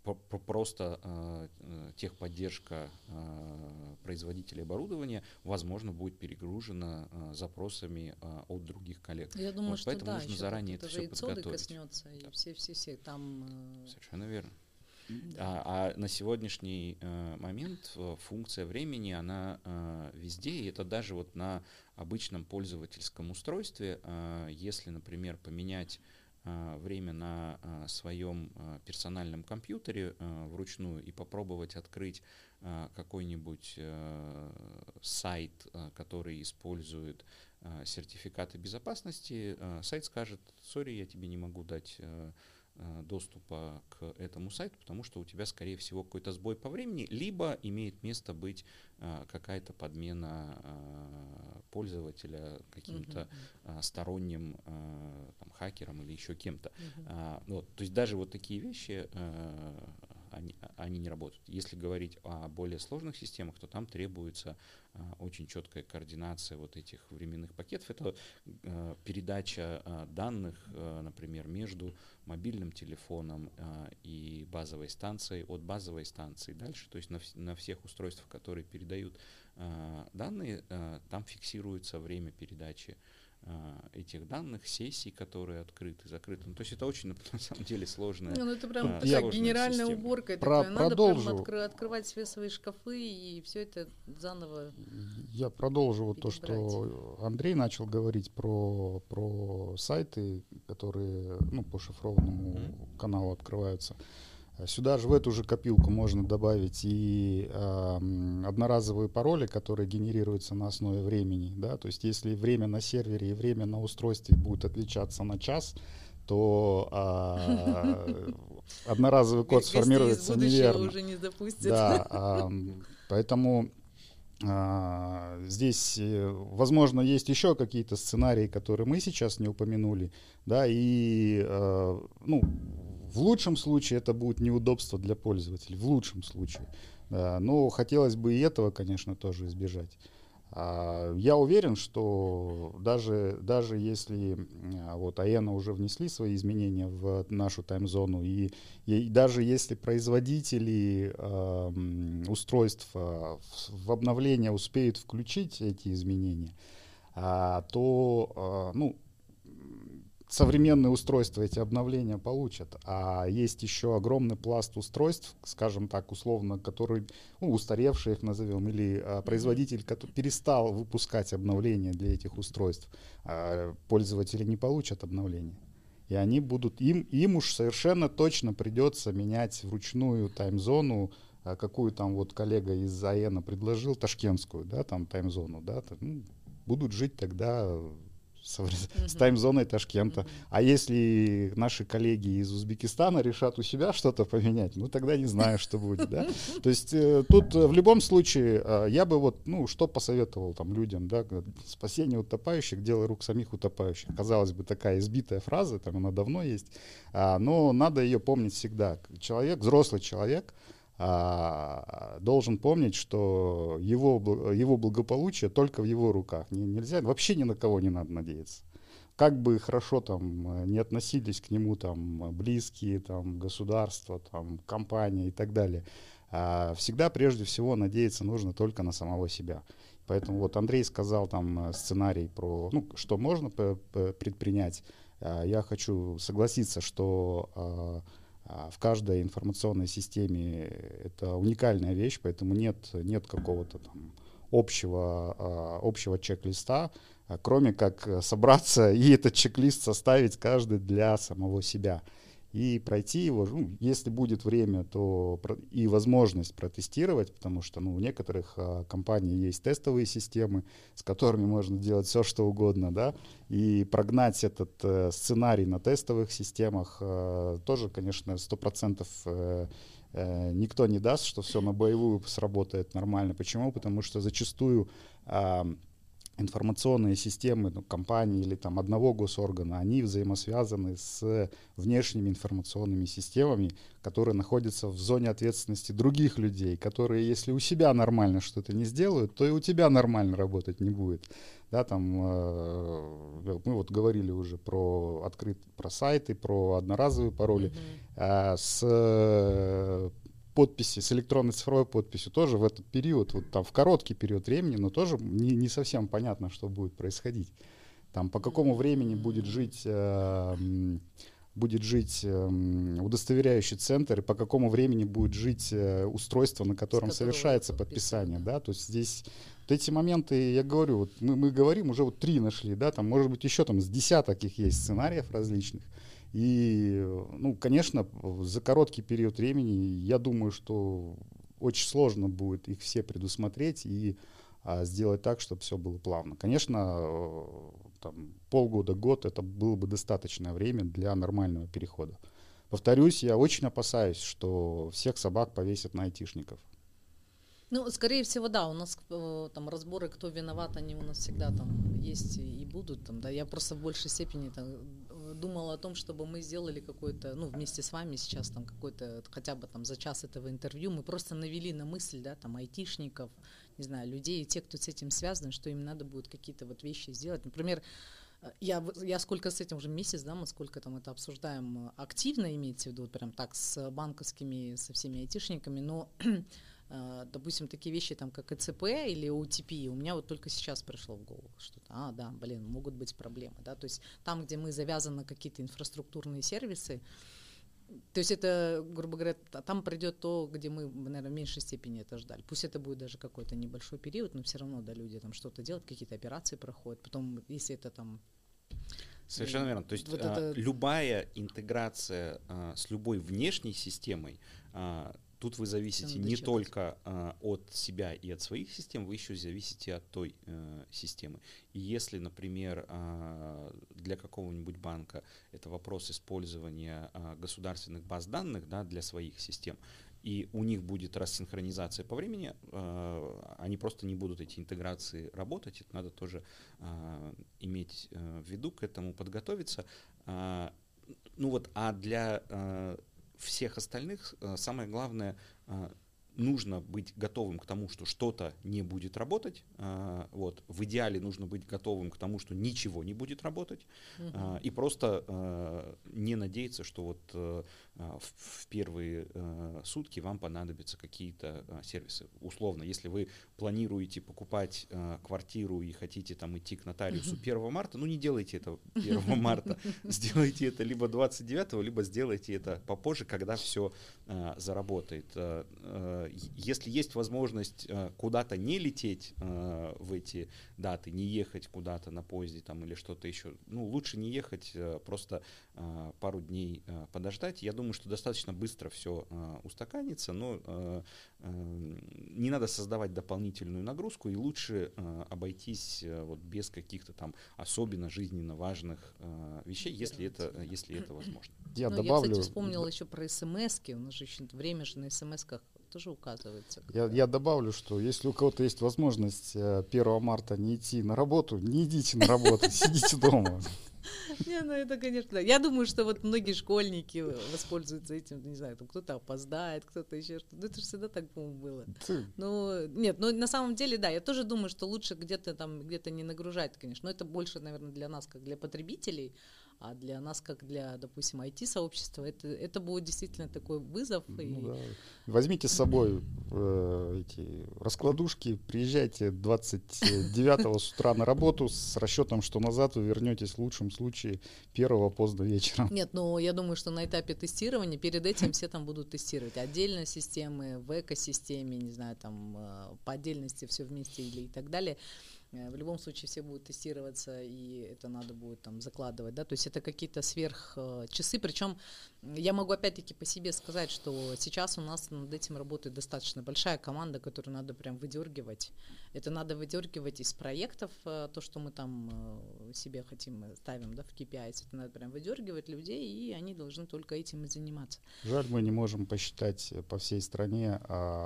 просто э, техподдержка э, производителей оборудования, возможно, будет перегружена э, запросами э, от других коллег. Я думаю, вот, что поэтому да, нужно еще заранее это это же все и ЦОДы подготовить. коснется, и Да. все-все-все там. Э... Совершенно верно. Да. А, а на сегодняшний э, момент э, функция времени, она э, везде, и это даже вот на обычном пользовательском устройстве, э, если, например, поменять время на а, своем а, персональном компьютере а, вручную и попробовать открыть а, какой-нибудь а, сайт, а, который использует а, сертификаты безопасности, а, сайт скажет: сори, я тебе не могу дать а, а, доступа к этому сайту, потому что у тебя, скорее всего, какой-то сбой по времени, либо имеет место быть а, какая-то подмена а, пользователя каким-то uh-huh. а, сторонним а, там, хакером или еще кем-то. Uh-huh. А, вот, то есть даже вот такие вещи, а, они, они не работают. Если говорить о более сложных системах, то там требуется а, очень четкая координация вот этих временных пакетов. Это а, передача а, данных, а, например, между мобильным телефоном а, и базовой станцией, от базовой станции дальше. То есть на, вс- на всех устройствах, которые передают а, данные, а, там фиксируется время передачи а, этих данных, сессий, которые открыты, закрыты. Ну, то есть это очень, на самом деле, сложная Ну, это прям а, такая генеральная система. уборка. Про- такая. Надо продолжу. прям откры- открывать все свои шкафы и все это заново. Я продолжу вот то, что Андрей начал говорить про, про сайты, которые ну, по шифрованному mm-hmm. каналу открываются. Сюда же в эту же копилку можно добавить и э, одноразовые пароли, которые генерируются на основе времени. Да? То есть если время на сервере и время на устройстве будет отличаться на час, то э, одноразовый код сформируется неверно. Уже не запустят. Да, э, поэтому э, здесь, возможно, есть еще какие-то сценарии, которые мы сейчас не упомянули. Да, и э, ну, в лучшем случае это будет неудобство для пользователей, в лучшем случае. Да, но хотелось бы и этого, конечно, тоже избежать. А, я уверен, что даже, даже если а, вот АЭНа уже внесли свои изменения в нашу таймзону, и, и даже если производители а, устройств а, в, в обновление успеют включить эти изменения, а, то а, ну, современные устройства эти обновления получат, а есть еще огромный пласт устройств, скажем так, условно, которые, ну, устаревшие их назовем, или а, производитель, который перестал выпускать обновления для этих устройств, а пользователи не получат обновления. И они будут, им, им уж совершенно точно придется менять вручную таймзону, а какую там вот коллега из АЭНа предложил, ташкентскую, да, там таймзону, да, там, ну, будут жить тогда с, uh-huh. с таймзоной Ташкента. Uh-huh. А если наши коллеги из Узбекистана решат у себя что-то поменять, ну тогда не знаю, что будет, да. То есть э, тут э, в любом случае э, я бы вот, ну, что посоветовал там людям, да, спасение утопающих, дело рук самих утопающих. Казалось бы, такая избитая фраза, там она давно есть, а, но надо ее помнить всегда. Человек, взрослый человек, А, должен помнить, что его, его благополучие только в его руках. Не, нельзя, вообще ни на кого не надо надеяться. Как бы хорошо там не относились к нему там близкие, там государства, там компании и так далее, а, всегда прежде всего надеяться нужно только на самого себя. Поэтому вот Андрей сказал там сценарий про, ну, что можно предпринять. Я хочу согласиться, что в каждой информационной системе это уникальная вещь, поэтому нет, нет какого-то там общего, общего чек-листа, кроме как собраться и этот чек-лист составить каждый для самого себя. И пройти его, ну, если будет время, то и возможность протестировать, потому что ну, у некоторых а, компаний есть тестовые системы, с которыми можно делать все, что угодно, да, и прогнать этот э, сценарий на тестовых системах э, тоже, конечно, сто процентов э, э, никто не даст, что все на боевую сработает нормально. Почему? Потому что зачастую э, информационные системы ну, компании или там одного госоргана, они взаимосвязаны с внешними информационными системами, которые находятся в зоне ответственности других людей, которые, если у себя нормально что-то не сделают, то и у тебя нормально работать не будет. Да, там, э, мы вот говорили уже про открыт, про сайты, про одноразовые пароли. Mm-hmm. э, с э, подписи, с электронной цифровой подписью тоже в этот период, вот там в короткий период времени, но тоже не, не совсем понятно, что будет происходить. Там по какому времени будет жить, э, будет жить э, удостоверяющий центр и по какому времени будет жить э, устройство, на котором совершается подписание. Да? То есть здесь вот эти моменты, я говорю, вот мы, мы говорим, уже вот три нашли, да, там может быть еще там с десяток их есть сценариев различных. И, ну, конечно, за короткий период времени, я думаю, что очень сложно будет их все предусмотреть и а, сделать так, чтобы все было плавно. Конечно, там, полгода, год — это было бы достаточное время для нормального перехода. Повторюсь, я очень опасаюсь, что всех собак повесят на айтишников. Ну, скорее всего, да, у нас э, там разборы, кто виноват, они у нас всегда там есть и будут. Там, да. Я просто в большей степени там, думала о том, чтобы мы сделали какой-то, ну, вместе с вами сейчас там какой-то, хотя бы там за час этого интервью, мы просто навели на мысль, да, там, айтишников, не знаю, людей, те, кто с этим связан, что им надо будет какие-то вот вещи сделать. Например, Я, я сколько с этим уже месяц, да, мы сколько там это обсуждаем активно, имеется в виду, прям так с банковскими, со всеми айтишниками, но, допустим, такие вещи, там, как ЭЦП или о ти пи, у меня вот только сейчас пришло в голову что-то, а, да, блин, могут быть проблемы, да, то есть там, где мы завязаны на какие-то инфраструктурные сервисы, то есть это, грубо говоря, там придет то, где мы, наверное, в меньшей степени это ждали. Пусть это будет даже какой-то небольшой период, но все равно, да, люди там что-то делают, какие-то операции проходят. Потом, если это там... Совершенно верно. То есть вот а, это... любая интеграция а, с любой внешней системой, а, тут вы зависите не только а, от себя и от своих систем, вы еще зависите от той а, системы. И если, например, а, для какого-нибудь банка это вопрос использования а, государственных баз данных, да, для своих систем, и у них будет рассинхронизация по времени, э, они просто не будут эти интеграции работать, это надо тоже э, иметь э, в виду, к этому подготовиться. Э, ну вот, а для э, всех остальных э, самое главное, э, нужно быть готовым к тому, что что-то не будет работать. Э, вот. В идеале нужно быть готовым к тому, что ничего не будет работать. Uh-huh. Э, и просто э, не надеяться, что вот э, в, в первые э, сутки вам понадобятся какие-то э, сервисы. Условно, если вы планируете покупать э, квартиру и хотите там идти к нотариусу uh-huh. первого марта, ну не делайте это первого марта. Сделайте это либо двадцать девятого, либо сделайте это попозже, когда все э, заработает. Э, Если есть возможность э, куда-то не лететь э, в эти даты, не ехать куда-то на поезде там, или что-то еще, ну, лучше не ехать, э, просто э, пару дней э, подождать. Я думаю, что достаточно быстро все э, устаканится, но э, э, не надо создавать дополнительную нагрузку, и лучше э, обойтись э, вот, без каких-то там особенно жизненно важных э, вещей, если это, если это возможно. Я, ну, добавлю... я, кстати, вспомнила еще про смс-ки, у нас же еще время же на смс-ках тоже указывается. Я, я добавлю, что если у кого-то есть возможность первого марта не идти на работу, не идите на работу, сидите дома. Не, ну это, конечно, я думаю, что вот многие школьники воспользуются этим, не знаю, там кто-то опоздает, кто-то еще что-то. Это же всегда так, по-моему, было. Ну, нет, ну на самом деле, да, я тоже думаю, что лучше где-то там, где-то не нагружать, конечно, но это больше, наверное, для нас, как для потребителей, А для нас, как для, допустим, ай ти-сообщества, это, это будет действительно такой вызов. Ну, и... да. Возьмите с собой э, эти раскладушки, приезжайте двадцать девятого с утра на работу с расчетом, что назад вы вернетесь в лучшем случае первого поздно вечером. Нет, ну я думаю, что на этапе тестирования перед этим все там будут тестировать отдельно системы, в экосистеме, не знаю, там по отдельности все вместе или и так далее. В любом случае все будут тестироваться, и это надо будет там закладывать, да, то есть это какие-то сверхчасы, причем я могу опять-таки по себе сказать, что сейчас у нас над этим работает достаточно большая команда, которую надо прям выдергивать. Это надо выдергивать из проектов, то, что мы там себе хотим, ставим, да, в кей пи ай, это надо прям выдергивать людей, и они должны только этим и заниматься. Жаль, мы не можем посчитать по всей стране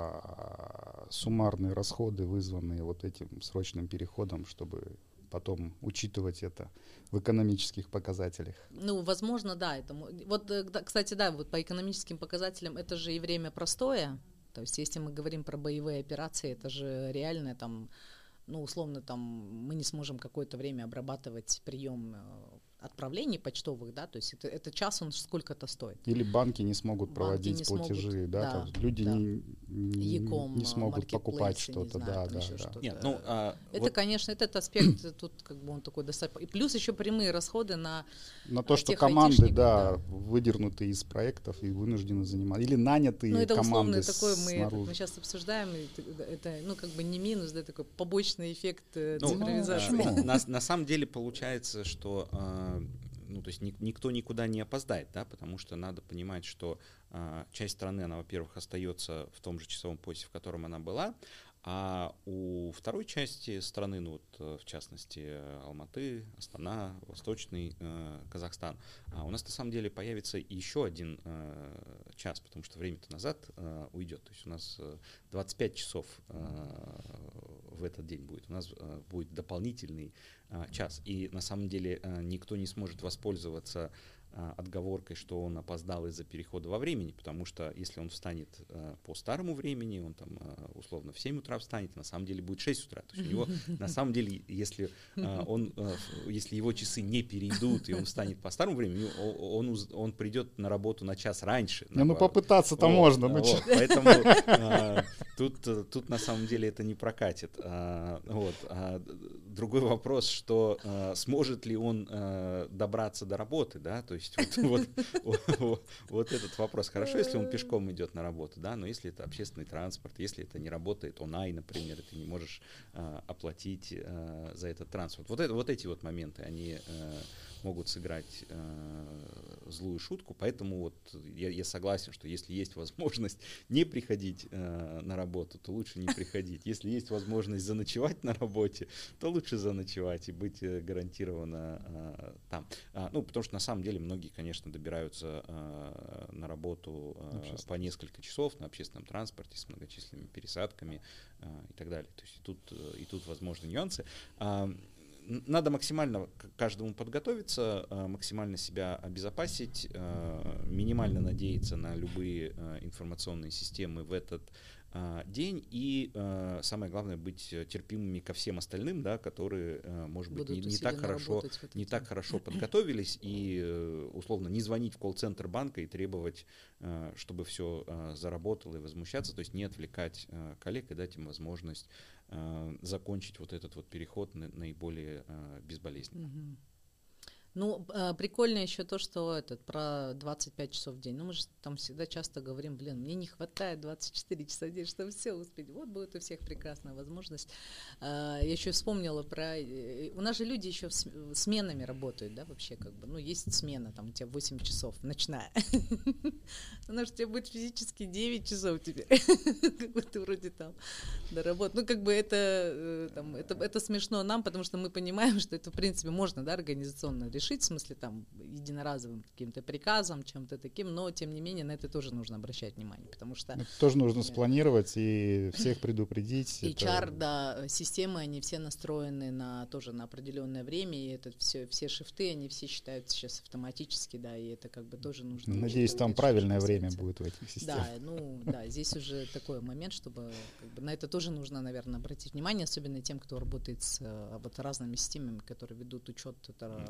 а, суммарные расходы, вызванные вот этим срочным переходом, чтобы потом учитывать это в экономических показателях. Ну, возможно, да. Это, вот, кстати, да, вот по экономическим показателям это же и время простое. То есть, если мы говорим про боевые операции, это же реально там, ну, условно, там мы не сможем какое-то время обрабатывать прием отправлений почтовых, да, то есть это, это час он сколько-то стоит. Или банки не смогут банки проводить не платежи, смогут, да, да, там люди да. не, не, Яком, не смогут покупать что-то, знаю, да, там да, еще да. что-то. Нет, ну, а, это, вот... конечно, этот аспект тут как бы он такой достаточно. И плюс еще прямые расходы на на то, что тех команды, да, да, выдернуты из проектов и вынуждены заниматься, или нанятые ну, это команды условно такое, мы, это, мы снаружи. сейчас обсуждаем, это, это, ну, как бы не минус, да, такой побочный эффект э, Ну, цифровизации. а, на, на самом деле получается, что а, ну, то есть ни, никто никуда не опоздает, да, потому что надо понимать, что а, часть страны, она, во-первых, остается в том же часовом поясе, в котором она была, а у второй части страны, ну вот в частности Алматы, Астана, Восточный э, Казахстан, а у нас на самом деле появится еще один э, час, потому что время-то назад э, уйдет. То есть у нас двадцать пять часов э, в этот день будет. У нас э, будет дополнительный э, час. И на самом деле э, никто не сможет воспользоваться отговоркой, что он опоздал из-за перехода во времени, потому что если он встанет э, по старому времени, он там э, условно в семь утра встанет, на самом деле будет шесть утра. То есть у него на самом деле, если э, он, э, если его часы не перейдут и он встанет по старому времени, он, он, он придет на работу на час раньше. Ну, ну попытаться-то вот, можно. Вот, ну, поэтому э, тут, тут на самом деле это не прокатит. А, вот. А другой вопрос, что э, сможет ли он э, добраться до работы, да, то есть Вот, вот, вот, вот этот вопрос. Хорошо, если он пешком идет на работу, да, но если это общественный транспорт, если это не работает онай, например, и ты не можешь э, оплатить э, за этот транспорт. Вот, это, вот эти вот моменты, они э, могут сыграть э, злую шутку, поэтому вот я, я согласен, что если есть возможность не приходить э, на работу, то лучше не приходить. Если есть возможность заночевать на работе, то лучше заночевать и быть гарантированно э, там. А, ну, потому что на самом деле многие, конечно, добираются э, на работу э, по несколько часов на общественном транспорте с многочисленными пересадками э, и так далее. То есть и тут, и тут возможны нюансы. А, надо максимально к каждому подготовиться, э, максимально себя обезопасить, э, минимально надеяться на любые э, информационные системы в этот день, и э, самое главное быть терпимыми ко всем остальным, да, которые, э, может быть, не, не так хорошо, не так хорошо подготовились, и э, условно не звонить в колл-центр банка и требовать, э, чтобы все э, заработало, и возмущаться, то есть не отвлекать э, коллег и дать им возможность э, закончить вот этот вот переход на, наиболее э, безболезненно. Mm-hmm. Ну, э, прикольно еще то, что этот, про двадцать пять часов в день. Ну, мы же там всегда часто говорим, блин, мне не хватает двадцать четыре часа в день, чтобы все успеть. Вот будет у всех прекрасная возможность. Э, я еще вспомнила про... Э, у нас же люди еще с, сменами работают, да, вообще как бы. Ну, есть смена, там у тебя восемь часов, ночная. У нас у тебя будет физически девять часов теперь. Как бы ты вроде там доработал. Ну, как бы это это смешно нам, потому что мы понимаем, что это, в принципе, можно, да, организационно решить. решить, в смысле там единоразовым каким-то приказом, чем-то таким, но тем не менее на это тоже нужно обращать внимание, потому что... Это тоже нужно спланировать и всех предупредить. эйч ар, это... да, системы, они все настроены на тоже на определенное время, и это все, все шифты, они все считаются сейчас автоматически, да, и это как бы тоже нужно... Надеюсь, там правильное время будет в этих системах. Да, ну, да, здесь уже такой момент, чтобы как бы, на это тоже нужно, наверное, обратить внимание, особенно тем, кто работает с вот разными системами, которые ведут учет рабочих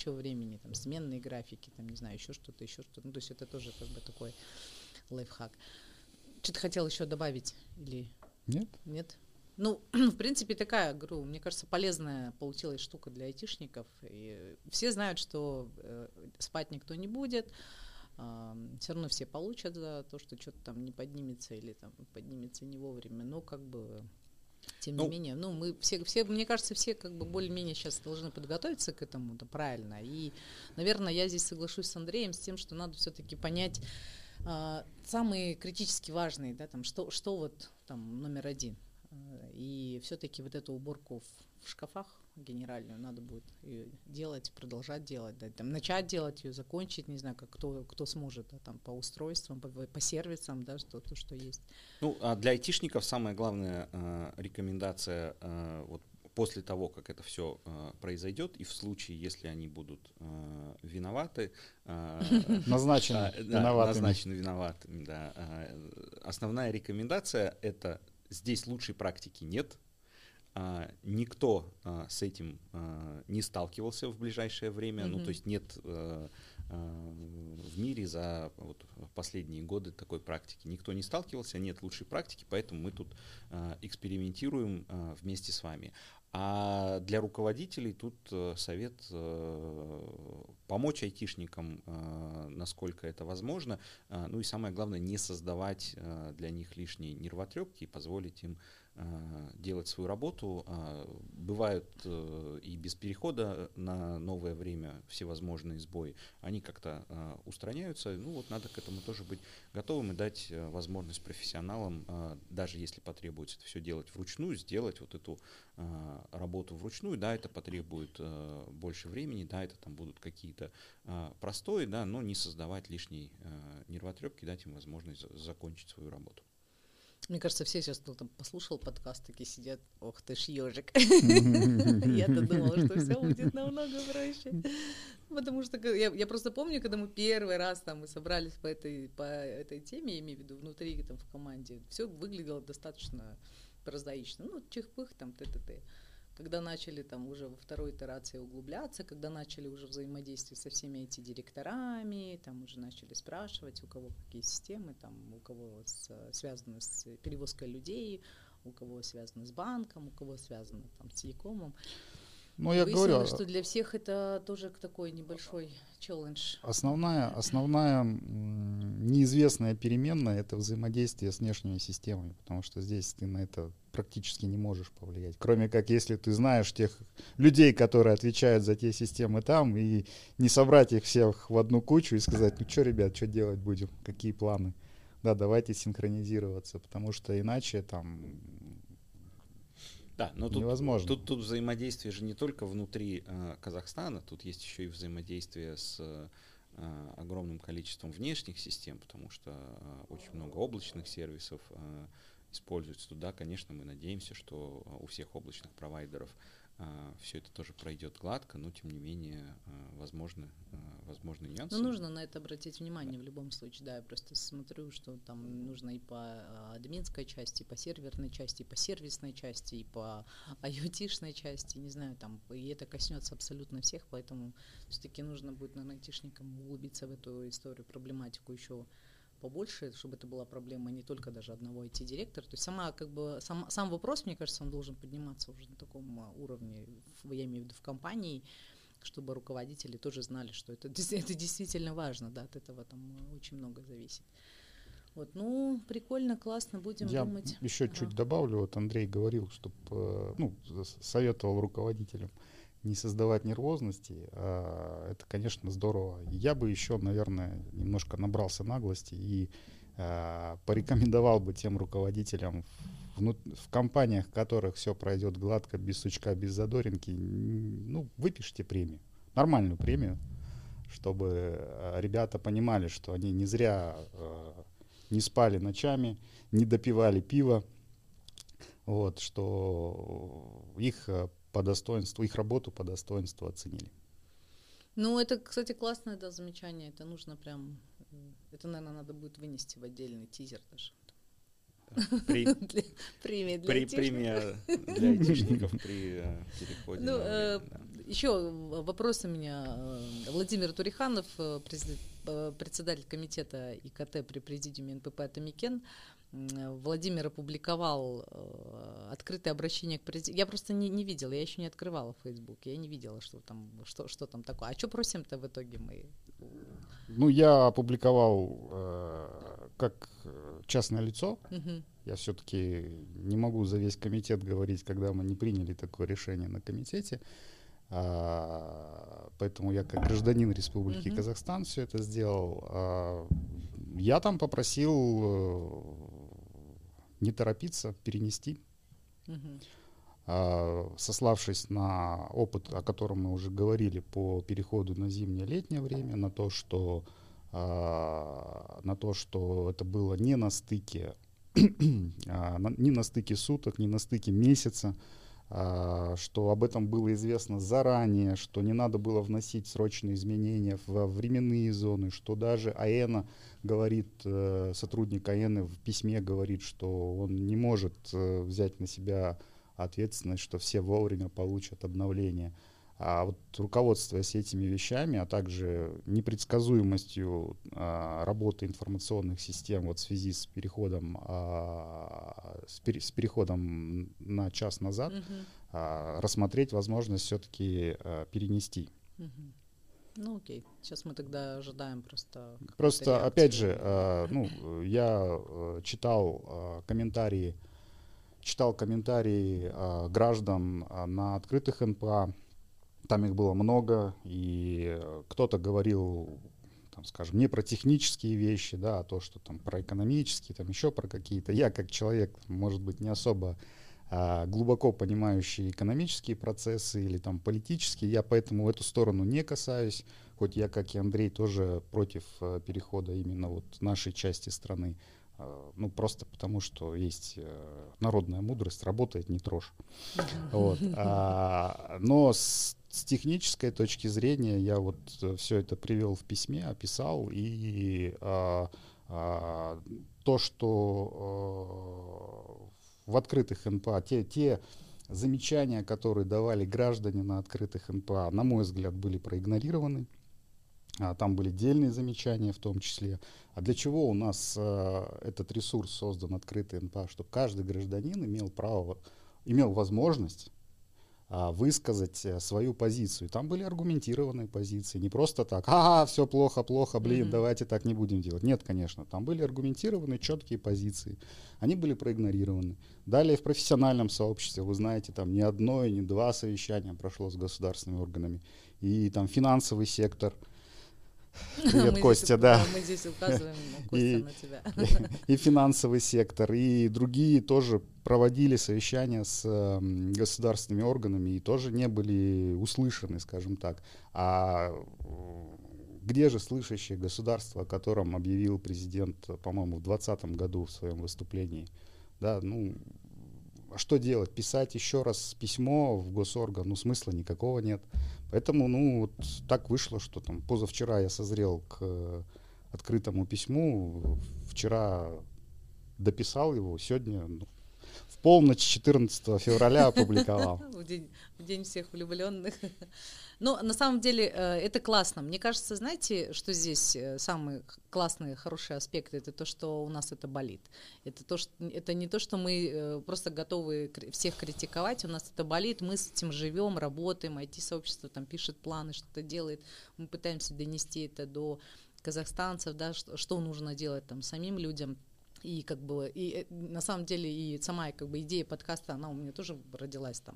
рабочего времени, там, сменные графики, там, не знаю, еще что-то, еще что-то. Ну, то есть это тоже как бы такой лайфхак. Что-то хотел еще добавить или... Нет. Нет? Ну, в принципе, такая, говорю, мне кажется, полезная получилась штука для айтишников. И все знают, что э, спать никто не будет. Э, все равно все получат за то, что что-то там не поднимется или там поднимется не вовремя. Но как бы, тем ну, не менее, ну, мы все, все, мне кажется, все как бы более-менее сейчас должны подготовиться к этому, да, правильно. И, наверное, я здесь соглашусь с Андреем с тем, что надо все-таки понять э, самые критически важные, да, там, что, что вот там номер один. И все-таки вот эту уборку в, в шкафах генеральную надо будет делать, продолжать делать, да, там, начать делать ее, закончить, не знаю, как кто, кто сможет, да, там, по устройствам, по, по сервисам, да, что, то, что есть. Ну, а для айтишников самая главная э, рекомендация э, вот после того, как это все э, произойдет, и в случае, если они будут э, виноваты, э, назначены виноватыми, назначены виноватыми, да, основная рекомендация — это здесь лучшей практики нет. А, никто а, с этим а, не сталкивался в ближайшее время. Mm-hmm. Ну, то есть нет а, а, в мире за вот, последние годы такой практики. Никто не сталкивался, нет лучшей практики, поэтому мы тут а, экспериментируем а, вместе с вами. А для руководителей тут а, совет а, помочь айтишникам, а, насколько это возможно. А, ну и самое главное, не создавать а, для них лишние нервотрепки и позволить им делать свою работу. Бывают и без перехода на новое время всевозможные сбои. Они как-то устраняются. Ну вот надо к этому тоже быть готовым и дать возможность профессионалам, даже если потребуется это все делать вручную, сделать вот эту работу вручную. Да, это потребует больше времени, да, это там будут какие-то простои, да, но не создавать лишней нервотрепки, дать им возможность закончить свою работу. Мне кажется, все сейчас, кто там послушал подкаст, такие сидят, ох ты ж ежик. Я-то думала, что все будет намного проще. Потому что я просто помню, когда мы первый раз там мы собрались по этой по этой теме, я имею в виду внутри там в команде, все выглядело достаточно прозаично. Ну, чих-пых, там, т-т-т. Когда начали там уже во второй итерации углубляться, когда начали уже взаимодействовать со всеми эти директорами, там уже начали спрашивать, у кого какие системы, там, у кого с, связано с перевозкой людей, у кого связано с банком, у кого связано там, с телекомом. Ну, я говорю, что для всех это тоже такой небольшой челлендж. Основная, основная неизвестная переменная — это взаимодействие с внешними системами, потому что здесь ты на это практически не можешь повлиять. Кроме как если ты знаешь тех людей, которые отвечают за те системы там, и не собрать их всех в одну кучу и сказать: ну что, ребят, что делать будем, какие планы? Да, давайте синхронизироваться, потому что иначе там... Да, но тут, тут, тут взаимодействие же не только внутри э, Казахстана, тут есть еще и взаимодействие с э, огромным количеством внешних систем, потому что э, очень много облачных сервисов э, используется туда. Конечно, мы надеемся, что у всех облачных провайдеров э, все это тоже пройдет гладко, но тем не менее э, возможны, э, возможны нюансы. Ну, нужно на это обратить внимание, да. В любом случае, да, я просто смотрю, что там нужно и по админской части, и по серверной части, и по сервисной части, и по IoT-шной части, не знаю, там, и это коснется абсолютно всех, поэтому все-таки нужно будет, наверное, айтишникам углубиться в эту историю, проблематику еще побольше, чтобы это была проблема не только даже одного ай ти-директора. То есть сама, как бы, сам, сам вопрос, мне кажется, он должен подниматься уже на таком уровне, я имею в виду в компании, чтобы руководители тоже знали, что это, это действительно важно, да, от этого там очень много зависит. Вот, ну, прикольно, классно, будем Я думать. Я еще ага. чуть добавлю, вот Андрей говорил, чтобы, ну, советовал руководителям не создавать нервозности, а это, конечно, здорово. Я бы еще, наверное, немножко набрался наглости и а, порекомендовал бы тем руководителям в, в компаниях, в которых все пройдет гладко, без сучка, без задоринки, ну, выпишите премию, нормальную премию, чтобы ребята понимали, что они не зря а, не спали ночами, не допивали пиво, вот, что их по достоинству, их работу по достоинству оценили. Ну, это, кстати, классное, да, замечание. Это нужно прям... Это, наверное, надо будет вынести в отдельный тизер даже. Премия для айтишников при переходе. Ну, еще вопрос у меня. Владимир Туриханов, председатель комитета ИКТ при президиуме эн пэ пэ «Атамикен». Владимир опубликовал открытое обращение к президенту. Я просто не, не видела, я еще не открывала Facebook, я не видела, что там, что, что там такое. А что просим-то в итоге мы? Ну, я опубликовал э, как частное лицо. Угу. Я все-таки не могу за весь комитет говорить, когда мы не приняли такое решение на комитете. А, поэтому я как гражданин Республики uh-huh. Казахстан все это сделал. А, я там попросил э, не торопиться, перенести, uh-huh. а, сославшись на опыт, о котором мы уже говорили по переходу на зимнее-летнее время, на то, что, а, на то, что это было не на стыке, а, на, не на стыке суток, не на стыке месяца, что об этом было известно заранее, что не надо было вносить срочные изменения в временные зоны, что даже АЭНа говорит, сотрудник АЭНы в письме говорит, что он не может взять на себя ответственность, что все вовремя получат обновление. А вот руководствуясь этими вещами, а также непредсказуемостью а, работы информационных систем вот в связи с переходом, а, с, пере, с переходом на час назад, uh-huh. а, рассмотреть возможность все-таки а, перенести. Uh-huh. Ну окей, сейчас мы тогда ожидаем просто... Просто, реакцию. Опять же, а, ну, я а, читал а, комментарии, читал комментарии а, граждан а, на открытых эн пэ а. Там их было много, и кто-то говорил, там, скажем, не про технические вещи, да, а то, что там про экономические, там еще про какие-то. Я как человек, может быть, не особо а, глубоко понимающий экономические процессы или там политические, я поэтому в эту сторону не касаюсь, хоть я, как и Андрей, тоже против а, перехода именно вот нашей части страны. А, ну, просто потому, что есть а, народная мудрость, работает, не трожь. Вот. А, но с С технической точки зрения я вот все это привел в письме, описал, и а, а, то, что а, в открытых эн пэ а, те, те замечания, которые давали граждане на открытых эн пэ а, на мой взгляд, были проигнорированы. А, там были дельные замечания в том числе. А для чего у нас а, этот ресурс создан, открытый эн пэ а? Чтобы каждый гражданин имел право, имел возможность высказать свою позицию. Там были аргументированные позиции, не просто так, ага, все плохо, плохо, блин, mm-hmm. давайте так не будем делать. Нет, конечно, там были аргументированные, четкие позиции. Они были проигнорированы. Далее в профессиональном сообществе, вы знаете, там не одно и не два совещания прошло с государственными органами. И там финансовый сектор. Привет, Костя, да. Мы здесь указываем, Костя, и, на тебя. И, и финансовый сектор, и другие тоже проводили совещания с э, государственными органами и тоже не были услышаны, скажем так. А где же слышащее государство, о котором объявил президент, по-моему, в двадцатом году в своем выступлении? Да, ну, а что делать? Писать еще раз письмо в госорган? Ну, смысла никакого нет. Поэтому, ну, вот так вышло, что там позавчера я созрел к открытому письму, вчера дописал его, сегодня ну, в полночь четырнадцатого февраля опубликовал. В день, в день всех влюбленных. Но на самом деле это классно. Мне кажется, знаете, что здесь самый классный, хороший аспект, это то, что у нас это болит. Это, то, что, это не то, что мы просто готовы всех критиковать, у нас это болит, мы с этим живем, работаем, ай ти-сообщество там пишет планы, что-то делает, мы пытаемся донести это до казахстанцев, да, что, что нужно делать там самим людям. И как бы, и на самом деле и сама как бы идея подкаста, она у меня тоже родилась там.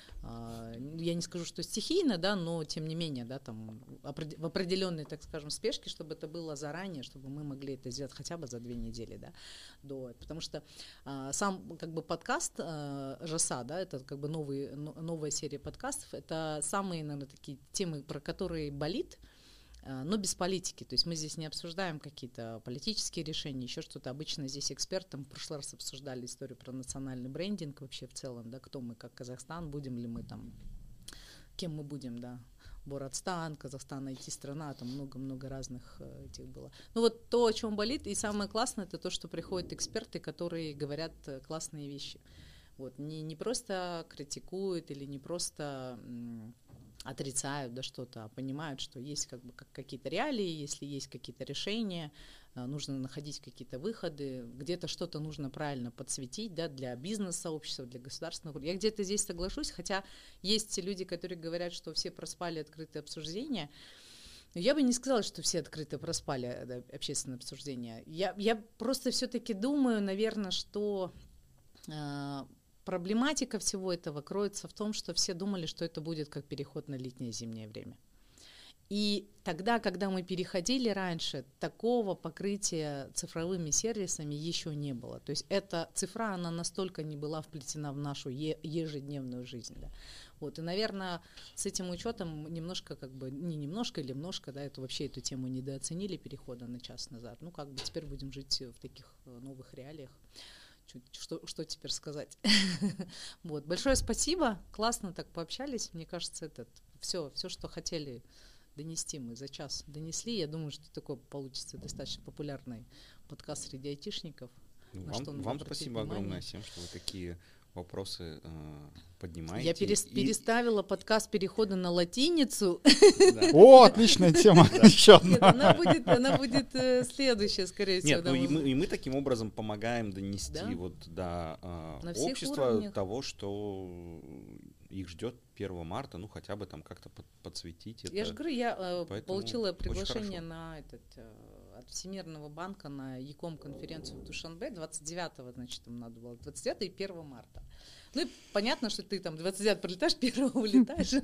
Я не скажу, что стихийно, да, но тем не менее, да, там в определенной, так скажем, спешке, чтобы это было заранее, чтобы мы могли это сделать хотя бы за две недели, да, до, потому что а, сам как бы подкаст а, ЖАСа, да, это как бы новый, новая серия подкастов, это самые, наверное, такие темы, про которые болит, но без политики. То есть мы здесь не обсуждаем какие-то политические решения, еще что-то. Обычно здесь экспертам в прошлый раз обсуждали историю про национальный брендинг вообще в целом, да, кто мы как Казахстан, будем ли мы там, кем мы будем, да, Боратстан, Казахстан, ай ти-страна, там много-много разных э, этих было. Ну вот то, о чем болит, и самое классное, это то, что приходят эксперты, которые говорят э, классные вещи. Вот, не, не просто критикуют или не просто... М- отрицают, да, что-то, а понимают, что есть как бы как какие-то реалии, если есть какие-то решения, нужно находить какие-то выходы, где-то что-то нужно правильно подсветить, да, для бизнес-сообщества, для государственного. Я где-то здесь соглашусь, хотя есть люди, которые говорят, что все проспали открытые обсуждения. Но я бы не сказала, что все открыто проспали, да, общественное обсуждение. Я, я просто все-таки думаю, наверное, что э, проблематика всего этого кроется в том, что все думали, что это будет как переход на летнее зимнее время. И тогда, когда мы переходили раньше, такого покрытия цифровыми сервисами еще не было. То есть эта цифра, она настолько не была вплетена в нашу е- ежедневную жизнь. Да. Вот, и, наверное, с этим учетом немножко, как бы, не немножко или немножко, да, это вообще эту тему недооценили перехода на час назад. Ну, как бы теперь будем жить в таких новых реалиях. Что, что теперь сказать? Вот. Большое спасибо, классно так пообщались. Мне кажется, это все, все, что хотели донести, мы за час донесли. Я думаю, что такой получится достаточно популярный подкаст среди айтишников. Вам, вам спасибо внимание. Огромное всем, что вы такие вопросы э, поднимаете. Я перес, и... переставила подкаст перехода на латиницу. Да. О, отличная тема. Еще одна. Нет, она будет, она будет э, следующая, скорее всего. Нет, ну и мы, и мы таким образом помогаем донести да? вот до э, общества того, что их ждет первого марта, ну хотя бы там как-то под, подсветить это. Я же говорю, я э, получила приглашение на этот э, от Всемирного банка на Яком конференцию в Душанбе двадцать девятого, значит, там надо было двадцать девятого и первого марта. Ну и понятно, что ты там двадцать девятого прилетаешь, первого улетаешь.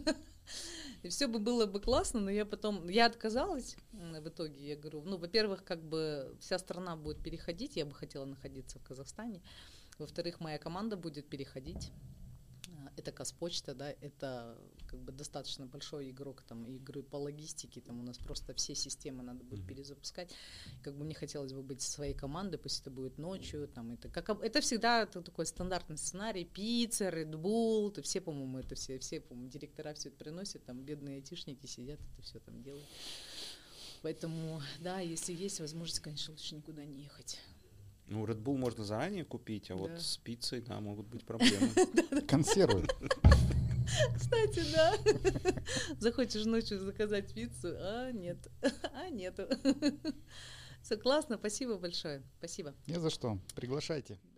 И все бы было бы классно, но я потом, я отказалась в итоге, я говорю, ну, во-первых, как бы вся страна будет переходить, я бы хотела находиться в Казахстане, во-вторых, моя команда будет переходить. Это Казпочта, да, это как бы достаточно большой игрок, там, игры по логистике, там у нас просто все системы надо будет mm-hmm. перезапускать. Как бы мне хотелось бы быть со своей командой, пусть это будет ночью, там, это, как, это всегда это такой стандартный сценарий, пицца, Red Bull, то все, по-моему, это все, все, по-моему, директора все это приносят, там, бедные айтишники сидят, это все там делают. Поэтому, да, если есть возможность, конечно, лучше никуда не ехать. Ну, Red Bull можно заранее купить, а да. вот с пиццей, да, могут быть проблемы. Консервы. Кстати, да. Захочешь ночью заказать пиццу, а нет, а нету. Все классно, спасибо большое, спасибо. Не за что, приглашайте.